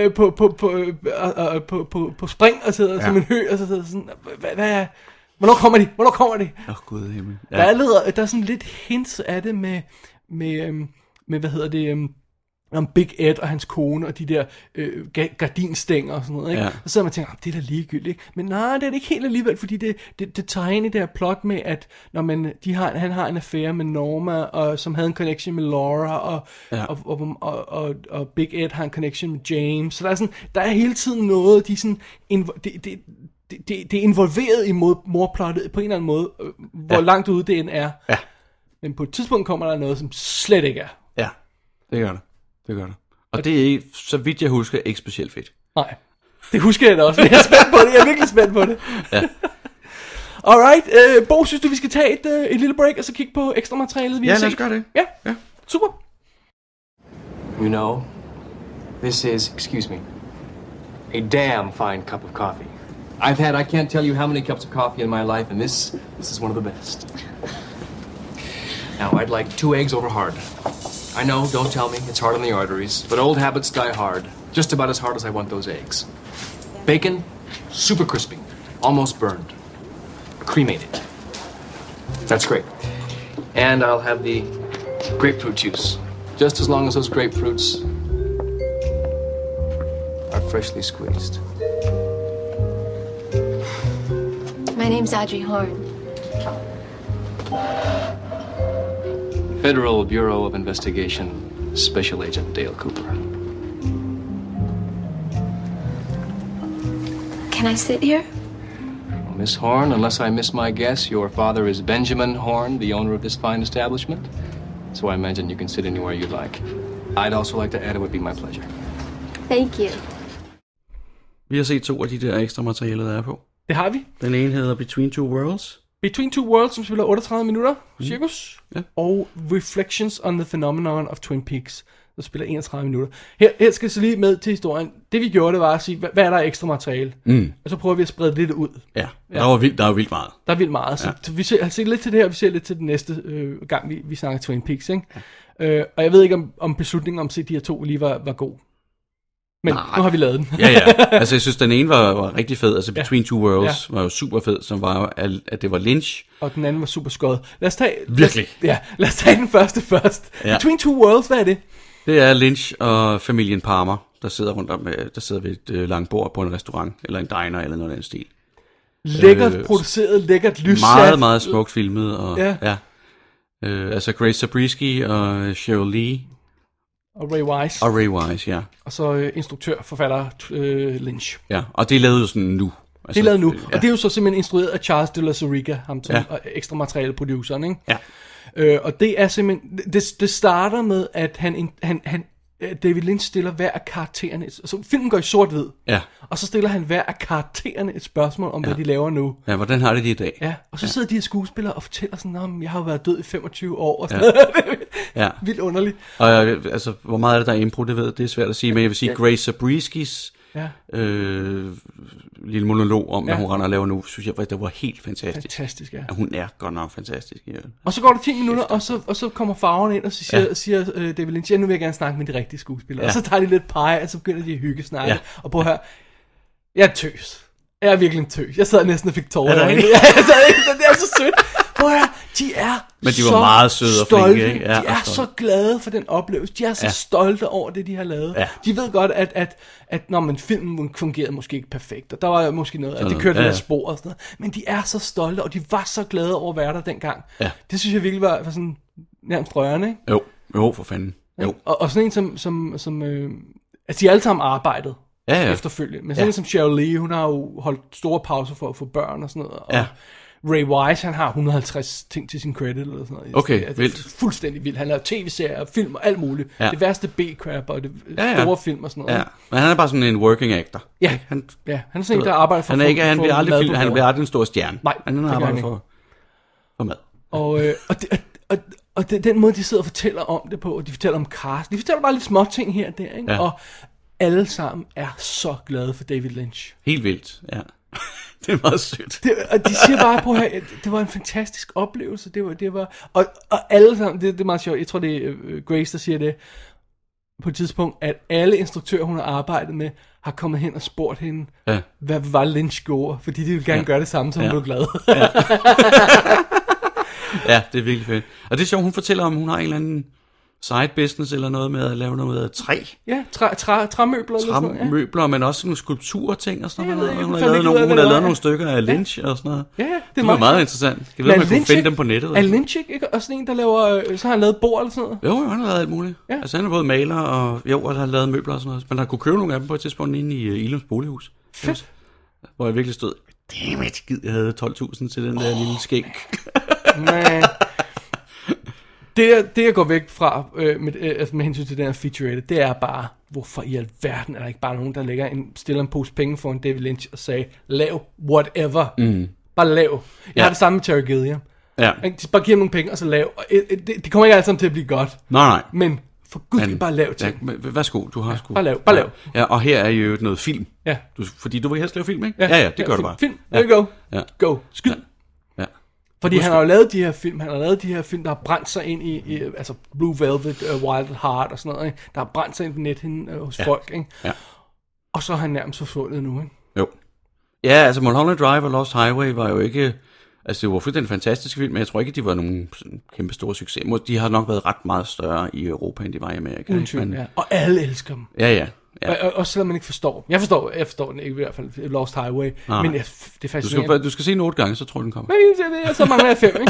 på spring og sidder som en hø, og så sidder sådan, hvad hvornår kommer de? Gud himmel. Ja. Der er sådan lidt hints af det med hvad hedder det, om Big Ed og hans kone og de der gardinstænger og sådan noget, ikke? Ja. Så sidder man og tænker, det er da ligegyldigt, ikke? Men nej, det er det ikke helt alligevel, fordi det tager ind i det her plot med, at når han har en affære med Norma, og som havde en connection med Laura, og Big Ed har en connection med James, så der er hele tiden noget, de er sådan, det er involveret i morplottet på en eller anden måde, hvor langt ude det end er. Ja. Men på et tidspunkt kommer der noget, som slet ikke er. Ja, det gør det. Og det er ikke, så vidt jeg husker, ikke specielt fedt. Nej, det husker jeg da også. Jeg er spændt på det. Jeg er virkelig spændt på det. Ja. Alright, Bo, synes du, vi skal tage et lille break, og så kigge på ekstra materialet, vi har set? lad os gøre det. Ja, super. You know, this is, excuse me, a damn fine cup of coffee. I've had, I can't tell you how many cups of coffee in my life, and this is one of the best. Now, I'd like 2 eggs over hard. I know, don't tell me, it's hard on the arteries, but old habits die hard. Just about as hard as I want those eggs. Bacon, super crispy, almost burned. Cremated. That's great. And I'll have the grapefruit juice. Just as long as those grapefruits are freshly squeezed. My name's Audrey Horn. Federal Bureau of Investigation, Special Agent Dale Cooper. Can I sit here? Well, Miss Horn, unless I miss my guess, your father is Benjamin Horn, the owner of this fine establishment. So I imagine you can sit anywhere you'd like. I'd also like to add it would be my pleasure. Thank you. Vi har set 2 af de der ekstra materialer, der er på. Det har vi. Den ene hedder Between Two Worlds. Between Two Worlds, som spiller 38 minutter, cirkus. Ja. Og Reflections on the Phenomenon of Twin Peaks, der spiller 31 minutter. Her skal jeg så lige med til historien. Det vi gjorde, det var at sige, hvad er der ekstra materiale? Og så prøver vi at sprede det lidt ud. Ja, der er jo vildt meget. Der er vildt meget. Så vi har set lidt til det her, og vi ser lidt til den næste gang, vi snakker Twin Peaks. Ikke? Ja. Og jeg ved ikke, om beslutningen om at se de her 2 lige var god. Men nu har vi lavet den. Ja. Altså, jeg synes, den ene var rigtig fed. Altså, Between Two Worlds var jo super fed, som var, at det var Lynch. Og den anden var super skød. Lad os tage... Virkelig? Lad os tage den første først. Ja. Between Two Worlds, hvad er det? Det er Lynch og familien Palmer, der sidder ved et langt bord på en restaurant, eller en diner, eller noget af den stil. Lækkert produceret, lækkert lyssat. Meget, meget smukt filmet. Og, ja. Altså Grace Zabriskie og Cheryl Lee. Og Ray Wise. Ja. Og så instruktør, forfatter Lynch. Ja, og det er lavet sådan nu. Altså, det er lavet nu, og det er jo så simpelthen instrueret af Charles de la Suriga, ham som ekstra materiale produceren, ikke? Ja. Og det er simpelthen, det starter med, at David Lynch stiller hver af karaktererne, altså filmen går i sort-hvid, og så stiller han hver af karaktererne et spørgsmål om, hvad de laver nu. Ja, hvordan har det de i dag? Ja, og så sidder de her skuespillere og fortæller sådan, om jeg har jo været død i 25 år, og sådan noget. Vildt underligt. Og altså, hvor meget er det, der er impro, det er svært at sige, men jeg vil sige, Grace Zabriskis lille monolog om, hvad hun render og laver nu, synes jeg, det var helt fantastisk. Fantastisk, ja. Hun er godt nok fantastisk. Ja. Og så går der 10 minutter, og så kommer farveren ind, og så siger David Lynch, nu vil jeg gerne snakke med de rigtige skuespillere. Og så tager de lidt pege, og så begynder de at hyggesnakke. Ja. Og på her, jeg er tøs. Jeg er virkelig en tøs. Jeg sad næsten og fik tårer. Det er så sødt. Prøv at høre, de er men de var meget søde og flinke, ikke? Ja, de er så glade for den oplevelse. De er så stolte over det, de har lavet. Ja. De ved godt, at når man filmen fungerede måske ikke perfekt, og der var måske noget, at det kørte lidt af spor og sådan noget. Men de er så stolte, og de var så glade over at være der dengang. Ja. Det synes jeg virkelig var sådan nærmest rørende, ikke? Jo, for fanden. Jo. Og sådan en som altså de alle sammen arbejdede efterfølgende. Men sådan en som Sheryl Lee, hun har jo holdt store pauser for at få børn og sådan noget. Og Ray Wise, han har 150 ting til sin credit eller sådan noget. Okay, vildt. Fuldstændig vildt. Han laver tv-serier, film og alt muligt. Ja. Det værste B-crap og det store film og sådan noget. Ja, men han er bare sådan en working actor. Ja, han er sådan en, der arbejder for han bliver aldrig en stor stjerne. Nej, han arbejder for mad. Og den måde, de sidder og fortæller om det på, og de fortæller om cast, de fortæller bare lidt små ting her og der, ikke? Ja. Og alle sammen er så glade for David Lynch. Helt vildt, ja. Det er meget sødt. Og de siger bare på her, det var en fantastisk oplevelse. Det var og alle sammen, det er meget sjovt. Jeg tror det er Grace, der siger det på et tidspunkt, at alle instruktører hun har arbejdet med har kommet hen og spurgt hende, hvad var Lynch gjorde, fordi de vil gerne gøre det samme, så hun blev glad. Ja, det er virkelig fedt. Og det er sjovt, hun fortæller om, hun har en eller anden side business eller noget med at lave noget af træ. Ja, træmøbler. Træmøbler, men også nogle skulpturting og sådan noget. Hun har lavet nogle stykker af Lynch og sådan noget. Ja, det var meget interessant. Jeg ved, man kunne finde dem på nettet. Er Lynch ikke også en, der laver, så har han lavet bord eller sådan noget? Jo, han har lavet alt muligt. Ja. Altså han er både maler og har lavet møbler og sådan noget. Men han kunne købe nogle af dem på et tidspunkt inde i Ilums bolighus. Fedt. Hvor jeg virkelig stod, dammit, jeg havde 12.000 til den der lille skænk. Man. Det jeg går væk fra med hensyn til den her featurette, det er bare, hvorfor i alverden er der ikke bare nogen, der stiller en pose penge for en David Lynch og sagde, lav whatever. Bare lav. Jeg har det samme med Terry Gilliam. Ja. Bare giv ham nogle penge, og så lav. Det kommer ikke alt sammen til at blive godt. Nej. Men for gud, bare lav ting. Ja, værsgo, du har sgu. Bare lav. Ja, og her er jo noget film. Ja. Fordi du vil helst lave film, ikke? Ja, det gør du bare. Film, there you go. Ja. Go, skyd. Ja. Fordi han har jo lavet de her film, der har brændt sig ind i altså Blue Velvet, Wild at Heart og sådan noget, ikke? Der har brændt sig ind på nethinden hos folk, ikke? Ja. Og så er han nærmest forsvundet nu, ikke? Jo. Ja, altså Mulholland Drive og Lost Highway var jo ikke, altså det var fuldstændig fantastiske film, men jeg tror ikke, de var nogen kæmpe store succes. De har nok været ret meget større i Europa, end de var i Amerika. Men, ja. Og alle elsker dem. Ja. Og selvom man ikke forstår. Jeg forstår den ikke i hvert fald, Lost Highway. Nej. Men det er fascinerende. Du skal se den 8 gange, så tror du, den kommer. Men så mangler jeg 5, ikke?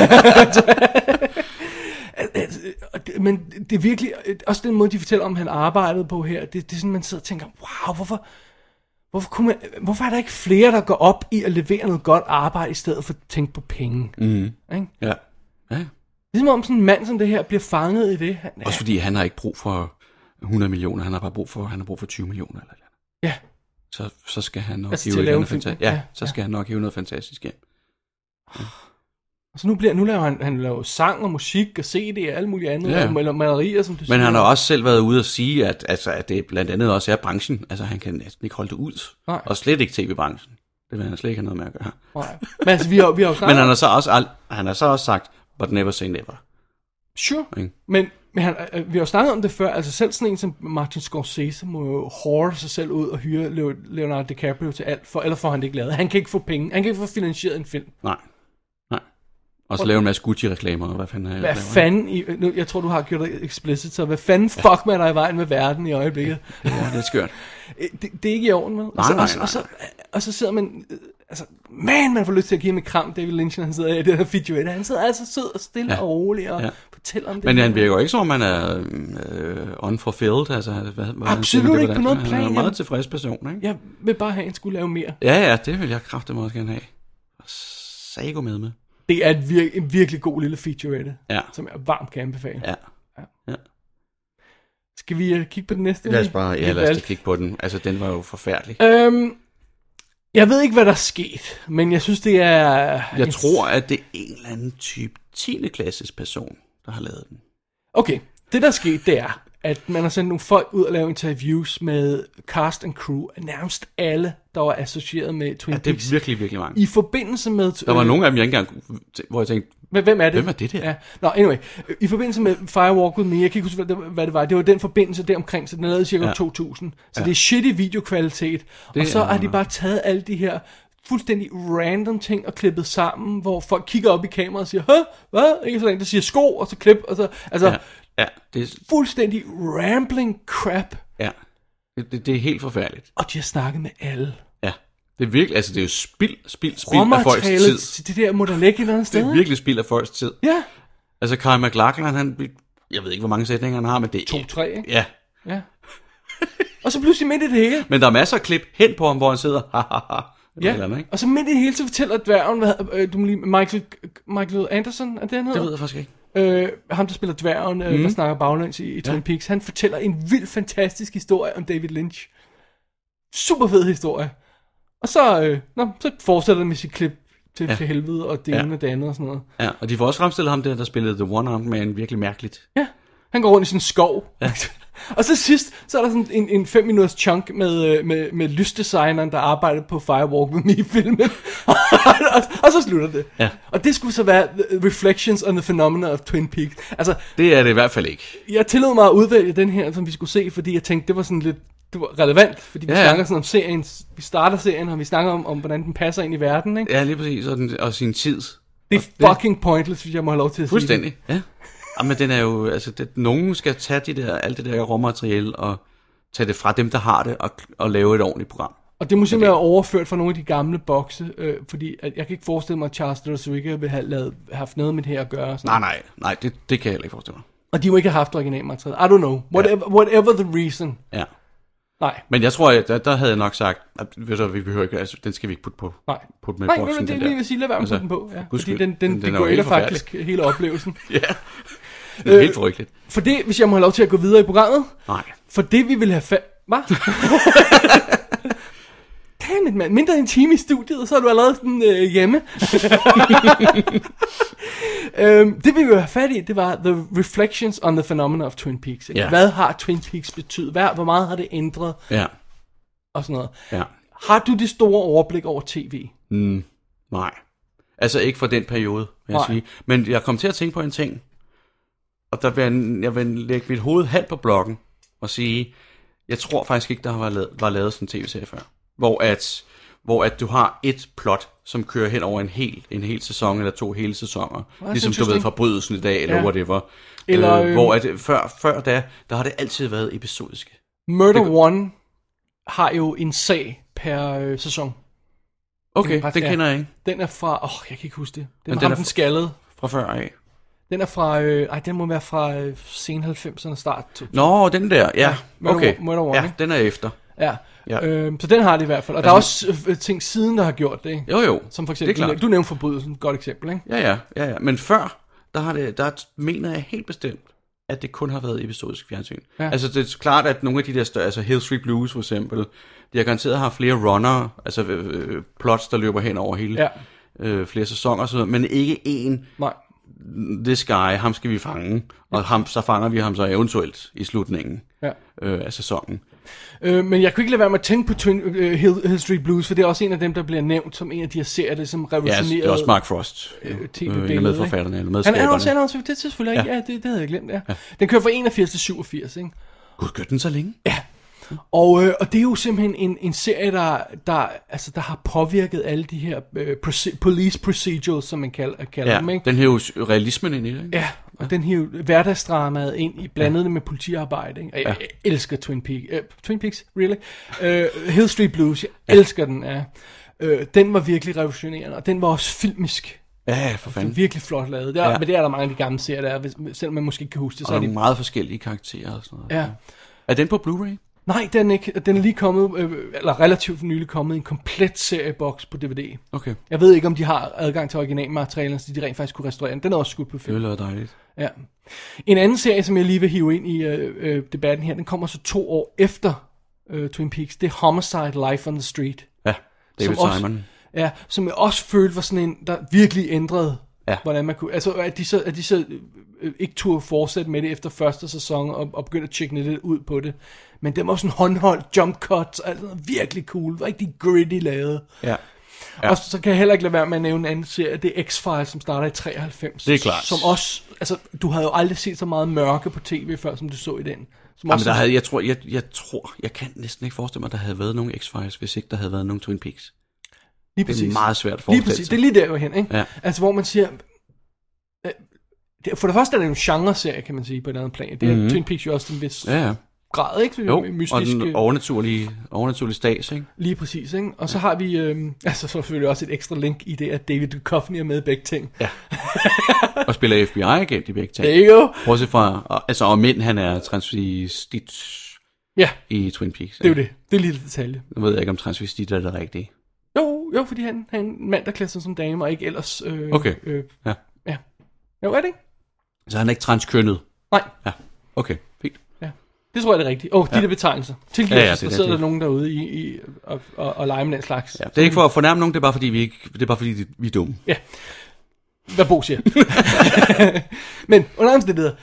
Men det er virkelig, også den måde, de fortæller om, han arbejdede på her, det er sådan, man sidder og tænker, wow, hvorfor er der ikke flere, der går op i at levere noget godt arbejde, i stedet for at tænke på penge? Ikke? Ja. Ligesom om sådan en mand som det her bliver fanget i det. Også fordi han har ikke brug for 100 millioner, han har brug for 20 millioner eller ja. Så skal han nok hive noget fantastisk. Ja, så skal han nok hive noget fantastisk hjem. Ja. Og så nu laver han laver sang og musik og CD og alt muligt andet, og malerier, som du siger. Men han har også selv været ude at sige, at det blandt andet også er branchen. Altså han kan næsten ikke holde det ud. Nej. Og slet ikke tv-branchen. Det vil han slet ikke have noget med at gøre. Nej. Men altså, vi har jo snakket. Men han har så også sagt, but never say never. Sure. Okay. Men vi har jo snakket om det før. Altså selv sådan en som Martin Scorsese må jo hårde sig selv ud og hyre Leonardo DiCaprio til alt, ellers får han det ikke lavet. Han kan ikke få penge. Han kan ikke få finansieret en film. Nej. Og så lave en masse Gucci-reklamer, og hvad fanden er hvad fanden jeg tror, du har gjort det explicit, så hvad fanden fuck med dig i vejen med verden i øjeblikket? Ja, det er skørt. Det er ikke i orden, vel? Nej. Og så sidder man, altså, man får lyst til at give ham et kram, David Lynch, når han sidder i den her featurette. Han sidder altså sød og stille og rolig og fortæller om det. Men han virker jo ikke som om, han er unfulfilled, altså. Absolut ikke på noget plan. Han er en meget tilfreds person, ikke? Jeg vil bare have, at han skulle lave mere. Ja, det vil jeg kraftedeme også gerne have. Sago med. Det er en virkelig god lille featurette, som jeg varmt kan anbefale. Ja. Skal vi kigge på den næste? Lad os kigge på den. Altså, den var jo forfærdelig. Jeg ved ikke, hvad der er sket, men jeg synes, det er... Jeg tror, at det er en eller anden type 10. klasses person, der har lavet den. Okay, det der er sket, det er, at man har sendt nogle folk ud og lave interviews med cast and crew, nærmest alle, der var associeret med Twin Peaks. Ja, det er virkelig, virkelig mange. I forbindelse med... Der var nogle af dem, jeg ikke engang, hvor jeg tænkte, hvem er det? Hvem er det der? Ja. Nå, anyway. I forbindelse med Fire Walk With Me, jeg kan ikke huske, hvad det var. Det var den forbindelse der omkring, så den er lavet cirka 2000. Så det er shitty videokvalitet. Og så har de bare taget alle de her fuldstændig random ting og klippet sammen, hvor folk kigger op i kameraet og siger, hvad? Ikke sådan en, der siger sko, og så klip, og så... Altså, det er fuldstændig rambling crap. Ja, det er helt forfærdeligt. Og de har snakket med alle. Ja, det er virkelig, altså det er jo spild af folks tid. Til det der må der ligge et eller andet sted. Det er virkelig spild af folks tid. Ja. Altså Kyle MacLachlan, jeg ved ikke, hvor mange sætninger han har, men det er... 2-3, ikke? Ja. Og så pludselig midt i det hele. Men der er masser af klip hen på ham, hvor han sidder, ja, eller, ikke? Og så midt i det hele, så fortæller dværgen, du må lige, Michael Anderson, er det han hedder? Det ved jeg faktisk ikke. Ham, der spiller dværgen, der snakker baglæns i Twin Peaks, han fortæller en vild, fantastisk historie om David Lynch. Super fed historie. Og så, så fortsætter det med sit klip til helvede, og det ene og det andet og sådan noget. Ja, og de får også fremstillet ham der spillede The One-Armed Man virkelig mærkeligt. Ja, han går rundt i sin skov. Ja. Og så sidst, så er der sådan en 5 minutters chunk med lysdesigneren, der arbejder på Fire Walk With Me-filmen. og så slutter det. Ja. Og det skulle så være Reflections on the Phenomena of Twin Peaks. Altså, det er det i hvert fald ikke. Jeg tillod mig at udvælge den her, som vi skulle se, fordi jeg tænkte, det var sådan lidt det var relevant, fordi vi snakker sådan om serien, vi starter serien, og vi snakker om hvordan den passer ind i verden, ikke? Ja, lige præcis, og sin tid. Det er fucking pointless, hvis jeg må have lov til at sige det. Fuldstændig, ja. Men den er jo, altså, nogen skal tage alt det der råmateriale og tage det fra dem, der har det, og lave et ordentligt program. Og det må simpelthen være overført fra nogle af de gamle bokse, fordi jeg kan ikke forestille mig, at Charles Rodriguez ville have haft noget med det her at gøre. Nej, det kan jeg heller ikke forestille mig. Og de må ikke have haft originalmateriale. I don't know. Whatever the reason. Ja. Nej. Men jeg tror, der havde jeg nok sagt, at vi behøver ikke, altså, den skal vi ikke putte på. Putte med boksen. Nej, det er lige vil sige, lad være med at putte den på. Ja. Fordi den degrader faktisk hele oplevelsen. Ja. Det er helt frygteligt. For det, hvis jeg må have lov til at gå videre i programmet. Nej. For det, vi vil have hvad? Dammit, mand. Mindre en time i studiet, så er du allerede sådan hjemme. Det vi vil have fat i, det var The Reflections on the Phenomena of Twin Peaks. Yeah. Hvad har Twin Peaks betydet? Hvor meget har det ændret? Ja. Og sådan noget. Ja. Har du det store overblik over tv? Nej. Altså ikke for den periode, vil jeg sige. Men jeg kom til at tænke på en ting. Og der vil jeg vil lægge mit hoved halvt på blokken og sige, jeg tror faktisk ikke, der var lavet sådan en tv-serie før. Hvor at du har et plot, som kører hen over en hel sæson eller 2 hele sæsoner. Ligesom du ved, Forbrydelsen i dag, eller whatever. Eller, hvor at før da, der har det altid været episodiske. Murder One har jo en sag per sæson. Okay, den kender jeg ikke. Den er fra, jeg kan ikke huske det. Den er den skaldede. Fra før af. Den er fra, den må være fra sen 90'erne start. Nå, den der, ja. Okay. Murder One, ja, den er efter. Ja. Så den har det i hvert fald. Og der er også ting siden, der har gjort det, ikke? Jo. Som for eksempel, du nævnte Forbrydelsen, et godt eksempel, ikke? Ja. Men før, der mener jeg helt bestemt, at det kun har været episodisk fjernsyn. Ja. Altså, det er klart, at nogle af de der større, altså Hill Street Blues for eksempel, de har garanteret haft flere runner, altså plots, der løber hen over hele flere sæsoner og sådan noget, men ikke én. Nej. This guy, ham skal vi fange, og så fanger vi ham så eventuelt i slutningen af sæsonen. Men jeg kunne ikke lade være med at tænke på Hill Street Blues, for det er også en af dem, der bliver nævnt som en af de her serier, som revolutionerede... Ja, det er også Mark Frost, en af medforfatterne, eller medskaberne. Han er også, det er selvfølgelig ikke, det havde jeg glemt, ja. Den kører fra 81 til 87, ikke? Gud, gør den så længe? Ja. Og det er jo simpelthen en serie, der har påvirket alle de her police procedures, som man kalder dem, ikke? Den her jo realismen ind i det, ikke? Ja, og den her hverdagsdramaet ind i blandet med politiarbejde, ikke? Og jeg elsker Twin Peaks, really? Hill Street Blues, jeg elsker den, ja. Den var virkelig revolutionerende, og den var også filmisk. Ja, for fanden. Virkelig flot lavet. Men det er der mange af de gamle serier, der er, selvom man måske ikke kan huske det. Og så er de meget forskellige karakterer og sådan noget. Ja. Er den på Blu-ray? Nej, den er ikke. Den er lige kommet, eller relativt nylig kommet, en komplet serieboks på DVD. Okay. Jeg ved ikke, om de har adgang til originalmaterialer, så de rent faktisk kunne restaurere den. Den er også skudt på film. Det er dejligt. Ja. En anden serie, som jeg lige vil hive ind i debatten her, den kommer så 2 år efter Twin Peaks. Det er Homicide: Life on the Street. Ja, David Simon. Som jeg også følte var sådan en, der virkelig ændrede Ja. Hvordan man kunne, altså at de så ikke turde fortsætte med det efter første sæson, og begyndte at tjekke lidt ud på det. Men det var sådan håndholdt jump cuts, altså virkelig cool, rigtig gritty lavet. Ja. Og så kan jeg heller ikke lade være med at nævne en anden serie, det er X-Files, som starter i 93. Det er klart. Som også, altså du havde jo aldrig set så meget mørke på tv før, som du så i den. Som Jamen, der havde, jeg kan næsten ikke forestille mig, at der havde været nogen X-Files, hvis ikke der havde været nogen Twin Peaks. Lige præcis. Det er meget svært at Lige forestille præcis, sig. det er lige der, hen, ikke? Ja. Altså, hvor man siger... For det første er det en genre-serie, kan man sige, på et andet plan. Det er Twin Peaks jo også en vis grad, ikke? Jo, mystiske... og den overnaturlige stats, ikke? Lige præcis, ikke? Og så har vi altså selvfølgelig også et ekstra link i det, at David Duchovny er med i begge ting. Ja. Og spiller FBI-agent i begge ting. There you go. Bortset fra, altså om mænd, han er transvestit i Twin Peaks. Det er jo det. Det er en lille detalje. Nu ved jeg ikke, om transvestit er det rigtige. Jo, fordi han er en mand, der klæder sig som dame, og ikke ellers... Okay. Ja. Jo, er det ikke? Så han er ikke transkønnet? Nej. Ja, okay, fint. Ja. Det tror jeg, det er rigtigt. De der betegnelser. Tilgivelse, der sidder der nogen derude i og leger med den slags. Ja, det er ikke for at fornærme nogen, det er bare fordi vi er dumme. Ja. Hvad Bo siger. Men under omstændigheder,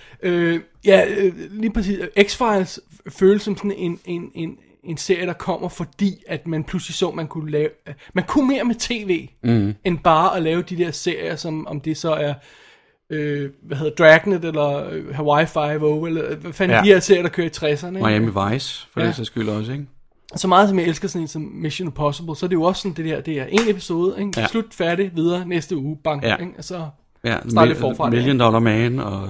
lige præcis, X-Files føles som sådan en serie, der kommer, fordi at man pludselig så, man kunne mere med tv, end bare at lave de der serier, som om det så er, hvad hedder Dragnet, eller Hawaii Five-O, eller hvad fanden de her serier, der kører i 60'erne. Miami Vice, for det så skyld også, ikke? Så meget som jeg elsker sådan en som Mission Impossible, så er det jo også sådan, det er en episode, ikke? Ja. Slut, færdig, videre, næste uge, bang, ikke? Og så starter det forfra. Million Dollar Man, og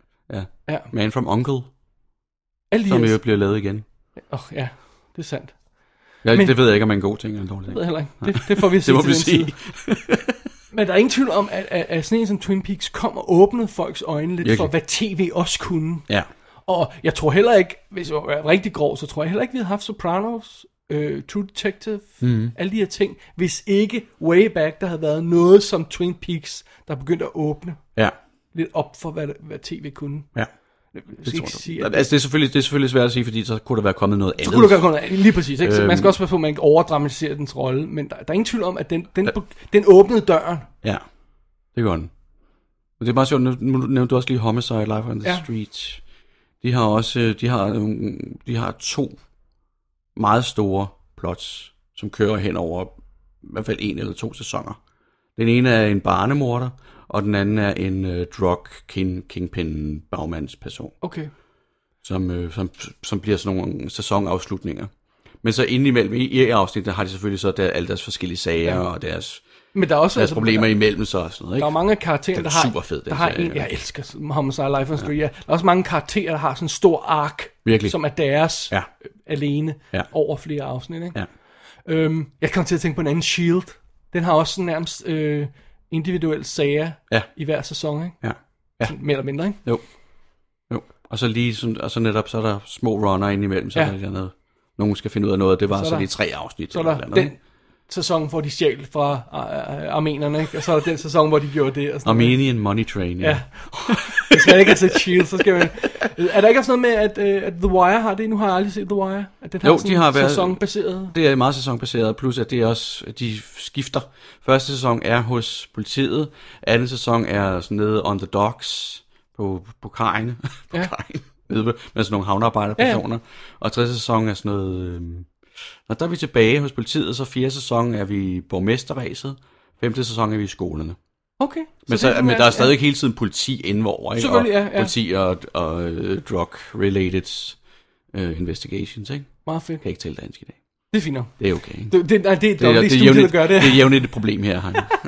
Man from Uncle, som jo bliver lavet igen. Ja, det er sandt. Ja, men, det ved jeg ikke, om er en god ting eller en dårlig ting. Det ved jeg heller ikke. Det får vi at se det må til vi den sige. tid. Men der er ingen tvivl om, at sådan en som Twin Peaks kom og åbnede folks øjne lidt for, hvad tv også kunne. Ja. Og jeg tror heller ikke, hvis jeg var rigtig grov, så tror jeg heller ikke, vi havde haft Sopranos, True Detective, alle de her ting, hvis ikke way back, der havde været noget som Twin Peaks, der begyndte at åbne lidt op for, hvad tv kunne. Ja. Sige, altså, det er selvfølgelig svært at sige, fordi så kunne der være kommet noget andet. Så kunne der være kommet noget andet, lige præcis. Ikke? Så man skal også være på, at man ikke overdramatiserer dens rolle, men der er ingen tvivl om, at den åbnede døren. Ja, det gør den. Men det er meget sjovt, nu nævnte du også lige Homicide Live on the Street. De har også, de har 2 meget store plots, som kører hen over i hvert fald 1 eller 2 sæsoner. Den ene er en barnemorder, og den anden er en kingpin bagmandsperson. Okay. Som bliver sådan nogle sæsonafslutninger. Men så indimellem i afsnittet har de selvfølgelig så alle deres forskellige sager og deres, men der er også, deres problemer imellem så og sådan noget. Ikke? Der er mange karakterer, der har... super fed, der har en, jeg elsker Homicide Life on the Street. Ja. Der er også mange karakterer, der har sådan en stor ark, som er deres alene over flere afsnit. Ikke? Ja. Jeg kom til at tænke på en anden Shield. Den har også sådan nærmest individuelle sager i hver sæson. Ikke? Ja. Mere eller mindre, ikke? Jo. Og så lige sådan, og så netop så er der små runner indimellem, så er der noget. Nogen skal finde ud af noget, det var så lige 3 afsnit. Så er der den sæson, hvor de stjal fra armenerne, ikke? Og så er der den sæson, hvor de gjorde det. Armenian Money Train, ja. Hvis man ikke har set Shield, så skal man... Er der ikke også noget med, at The Wire har det? Nu har jeg aldrig set The Wire. At den jo, de har været sæsonbaseret. Det er meget sæsonbaseret, plus at det er også, at de skifter. Første sæson er hos politiet, anden sæson er sådan nede on the docks på kajen. Med sådan nogle havnearbejderpersoner. Og tredje sæson er sådan noget... der er vi tilbage hos politiet, så 4. sæson er vi i borgmesterræset, 5. sæson er vi i skolerne. Okay. Men der er stadig hele tiden politi indover, ikke? Selvfølgelig, Politi og drug-related investigations, ikke? Meget fedt. Kan ikke tale dansk i dag. Det er fint nok. Det er okay. Det er studiet, der gør det. Det er jævnligt et problem her.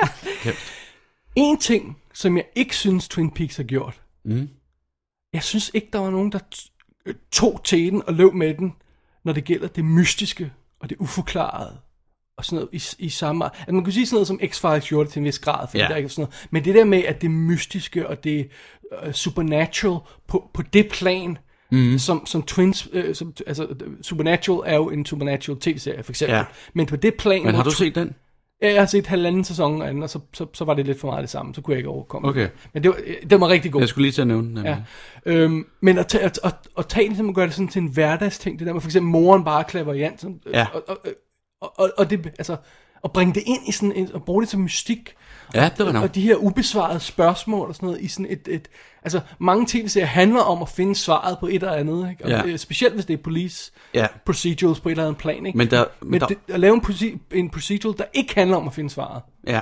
En ting, som jeg ikke synes Twin Peaks har gjort. Jeg synes ikke, der var nogen, der tog til den og løb med den, når det gælder det mystiske og det uforklarede. Og sådan noget i samme... Altså man kunne sige sådan noget som X-Files gjorde det til en vis grad, for der ikke sådan noget. Men det der med, at det mystiske og det supernatural på det plan, som Twins... altså Supernatural er jo en Supernatural tv-serie, for eksempel. Ja. Men på det plan... Men har du set den? Ja, jeg har set 1,5 sæson af den, og så var det lidt for meget det samme. Så kunne jeg ikke overkomme det. Men det var rigtig godt. Jeg skulle lige til at nævne den. Ja. Men at tage ligesom og gøre det sådan til en hverdagsting, det der med for eksempel moren bare klaverjant. Og det, altså... og bringe det ind i sådan og bruge det som mystik. Ja, det var nok. Og de her ubesvarede spørgsmål og sådan noget i sådan et altså mange tv-serier handler om at finde svaret på et eller andet, ikke? Og, Ja. specielt hvis det er police procedurals på et eller andet plan, ikke? Men at lave en procedural, der ikke handler om at finde svaret. Ja.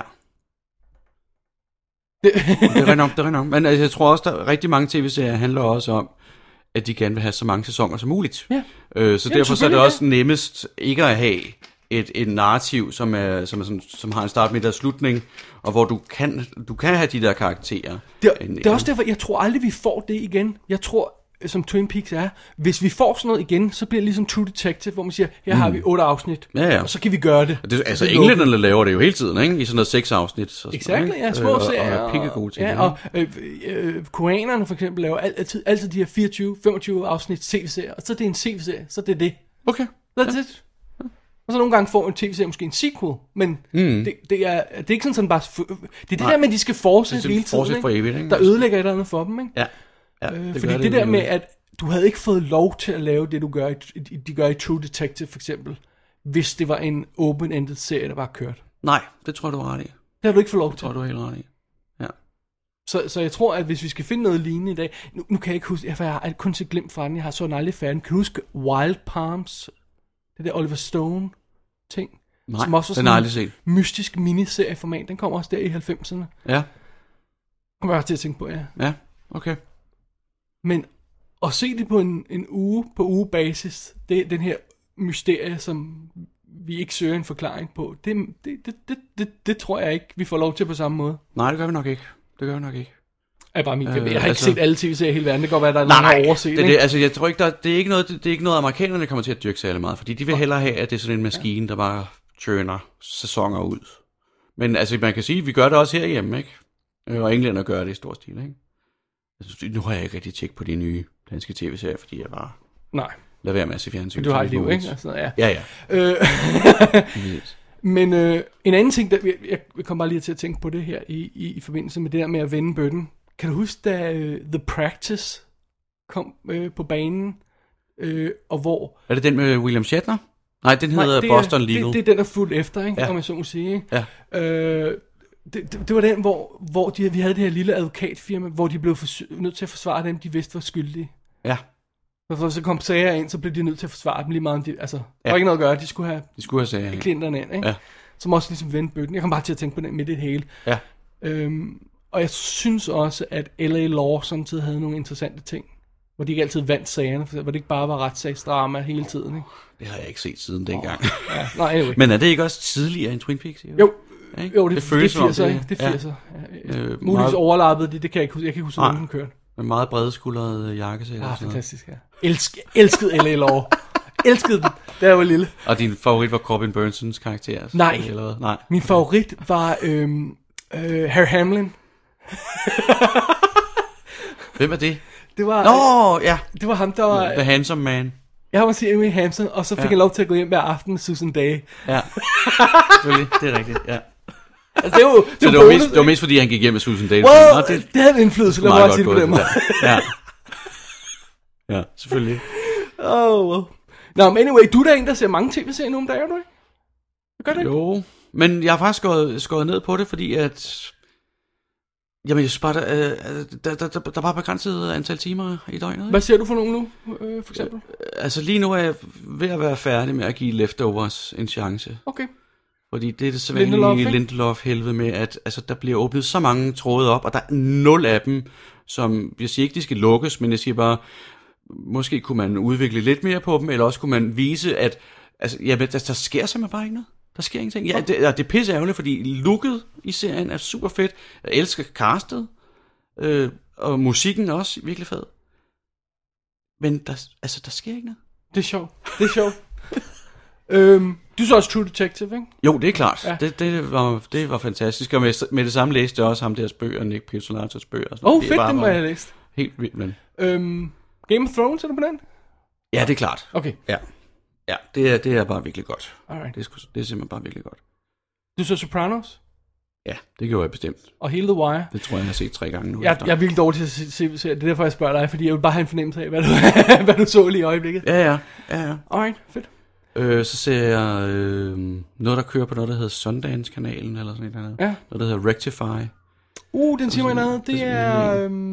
Det er nok. Men altså, jeg tror også, der rigtig mange tv-serier handler også om, at de gerne vil have så mange sæsoner som muligt. Ja. Så derfor så er det også nemmest ikke at have et narrativ, som har en start, midt og slutning, og hvor du kan have de der karakterer. Det er også derfor, jeg tror aldrig, vi får det igen. Jeg tror, som Twin Peaks er, hvis vi får sådan noget igen, så bliver det ligesom True Detective, hvor man siger, her har vi 8 afsnit, og så kan vi gøre det. Altså, englænderne laver det jo hele tiden, ikke? I sådan noget 6 afsnit. Exakt, ja, små serier. Og pikkegode ting. Ja, og koreanerne for eksempel laver altid de her 24-25 afsnit tv-serier, og så er det en tv-serie, så det er det. Okay. That's it. Og så nogle gange får en tv-serie måske en sequel, men det er ikke sådan bare... Det er det der med, at de skal fortsætte hele tiden, for evigt, ikke? Der ødelægger et eller andet for dem, ikke? Ja. Fordi det der med, at du havde ikke fået lov til at lave det, de gør i True Detective for eksempel, hvis det var en open-ended serie, der bare kørte. Nej, det tror jeg, du var ret i. Det har du ikke fået lov til. Det tror du er helt ret i. Ja. Så jeg tror, at hvis vi skal finde noget lignende i dag... Nu kan jeg ikke huske, for jeg har kun set glimt fra den. Jeg har så aldrig færdig. Kan du huske Wild Palms? Det der Oliver Stone ting? Nej, som også den har jeg aldrig set. Mystisk miniserieformat. Den kommer også der i 90'erne. Ja. Kommer jeg også til at tænke på, ja. Ja, okay. Men at se det på en uge på ugebasis, det er den her mysterie, som vi ikke søger en forklaring på. Det tror jeg ikke, vi får lov til på samme måde. Nej, det gør vi nok ikke. Jeg har ikke set alle tv-serier i hele verden. Det kan godt være, der er noget at overse. Altså, jeg tror ikke, det er ikke noget, amerikanerne kommer til at dyrke særlig meget, fordi de vil hellere have, at det er sådan en maskine, der bare churner sæsoner ud. Men altså, man kan sige, at vi gør det også herhjemme, ikke? Og englænder gør det i stor stil, ikke? Altså, nu har jeg ikke rigtig tjekket på de nye danske tv-serier, fordi jeg bare... Nej. Lad være med at se fjernsyn. Du har et liv, ikke? Altså, ja. Men en anden ting, jeg kom bare lige til at tænke på det her i forbindelse med det der med at vende bøtten. Kan du huske, da The Practice kom på banen, og hvor... Er det den med William Shatner? Nej, den hedder Boston Legal. Det er den, der fulgte efter, ikke? Om jeg så må sige, ikke? Ja. Det var den, hvor vi havde det her lille advokatfirma, hvor de blev nødt til at forsvare dem, de vidste var skyldige. Ja. Og så kom sager ind, så blev de nødt til at forsvare dem lige meget. Der var ikke noget at gøre, de skulle have sager, klienterne ind, ikke? Ja. Som også ligesom vendte bøtten. Jeg kom bare til at tænke på den midt i det hele. Ja. Og jeg synes også, at L.A. Law samtidig havde nogle interessante ting, hvor de ikke altid vandt sagerne, hvor det ikke bare var retssagsdrama hele tiden, ikke? Det har jeg ikke set siden dengang. Ja. Nej, anyway. Men er det ikke også tidligere end Twin Peaks? Jo, det føles som det. Det er 80'er. Muligvis overlappede det kan jeg ikke huske. Jeg kan ikke huske, hvordan den kørte. Med meget bredeskuldrede jakkesæt. Fantastisk, ja. Elskede L.A. Law. Elskede den, da jeg var lille. Og din favorit var Corbin Burnsons karakter? Altså, Nej. Min favorit var Harry Hamlin. Hvem er det? Det var... Det var ham, der var... The Handsome Man. Jeg var sige Emily Hampton, og så fik jeg lov til at gå hjem hver aften med Susan Day. Ja, selvfølgelig, det er rigtigt, ja. Altså, det var mest fordi han gik hjem med Susan Day. Well, det havde en indflydelse, lad mig bare sige det på dem. Ja, selvfølgelig. Well. Nå, men anyway, du er da en, der ser mange tv-serier nu om dagen, du ikke? Gør det ikke? Jo, men jeg har faktisk skåret ned på det, fordi at... Jamen, jeg synes bare, der var begrænset antal timer i døgnet. Ikke? Hvad ser du for nogen nu, for eksempel? Altså, lige nu er jeg ved at være færdig med at give Leftovers en chance. Okay. Fordi det er det sædvanlige Lindelof-helvede med, at altså, der bliver åbnet så mange tråde op, og der er 0 af dem, som, jeg siger ikke, de skal lukkes, men jeg siger bare, måske kunne man udvikle lidt mere på dem, eller også kunne man vise, at altså, der sker simpelthen bare ikke noget. Der sker ingenting. Ja, det er pisse ærgerligt, fordi looket i serien er super fedt. Jeg elsker castet, og musikken er også virkelig fed. Men der sker ikke noget. Det er sjovt. Du så også True Detective, ikke? Jo, det er klart. Ja. Det var fantastisk. Og med det samme læste jeg også ham deres bøger, Nick Pizzolattos bøger. Fedt, den må jeg have læst. Helt vildt, men... Game of Thrones, er du på den? Ja, det er klart. Okay. Ja, det er bare virkelig godt. Alright. Det er simpelthen bare virkelig godt. Du så Sopranos? Ja, det gjorde jeg bestemt. Og hele The Wire? Det tror jeg har set 3 gange nu. Jeg er virkelig dårlig til at se. Det er derfor, jeg spørger dig, fordi jeg vil bare have en fornemmelse af, hvad du så lige i øjeblikket. Ja. Alright, fedt. Så ser jeg noget, der kører på noget, der hedder Sundance-kanalen, eller sådan noget. Ja. Noget, der hedder Rectify. Den siger mig noget. Det er...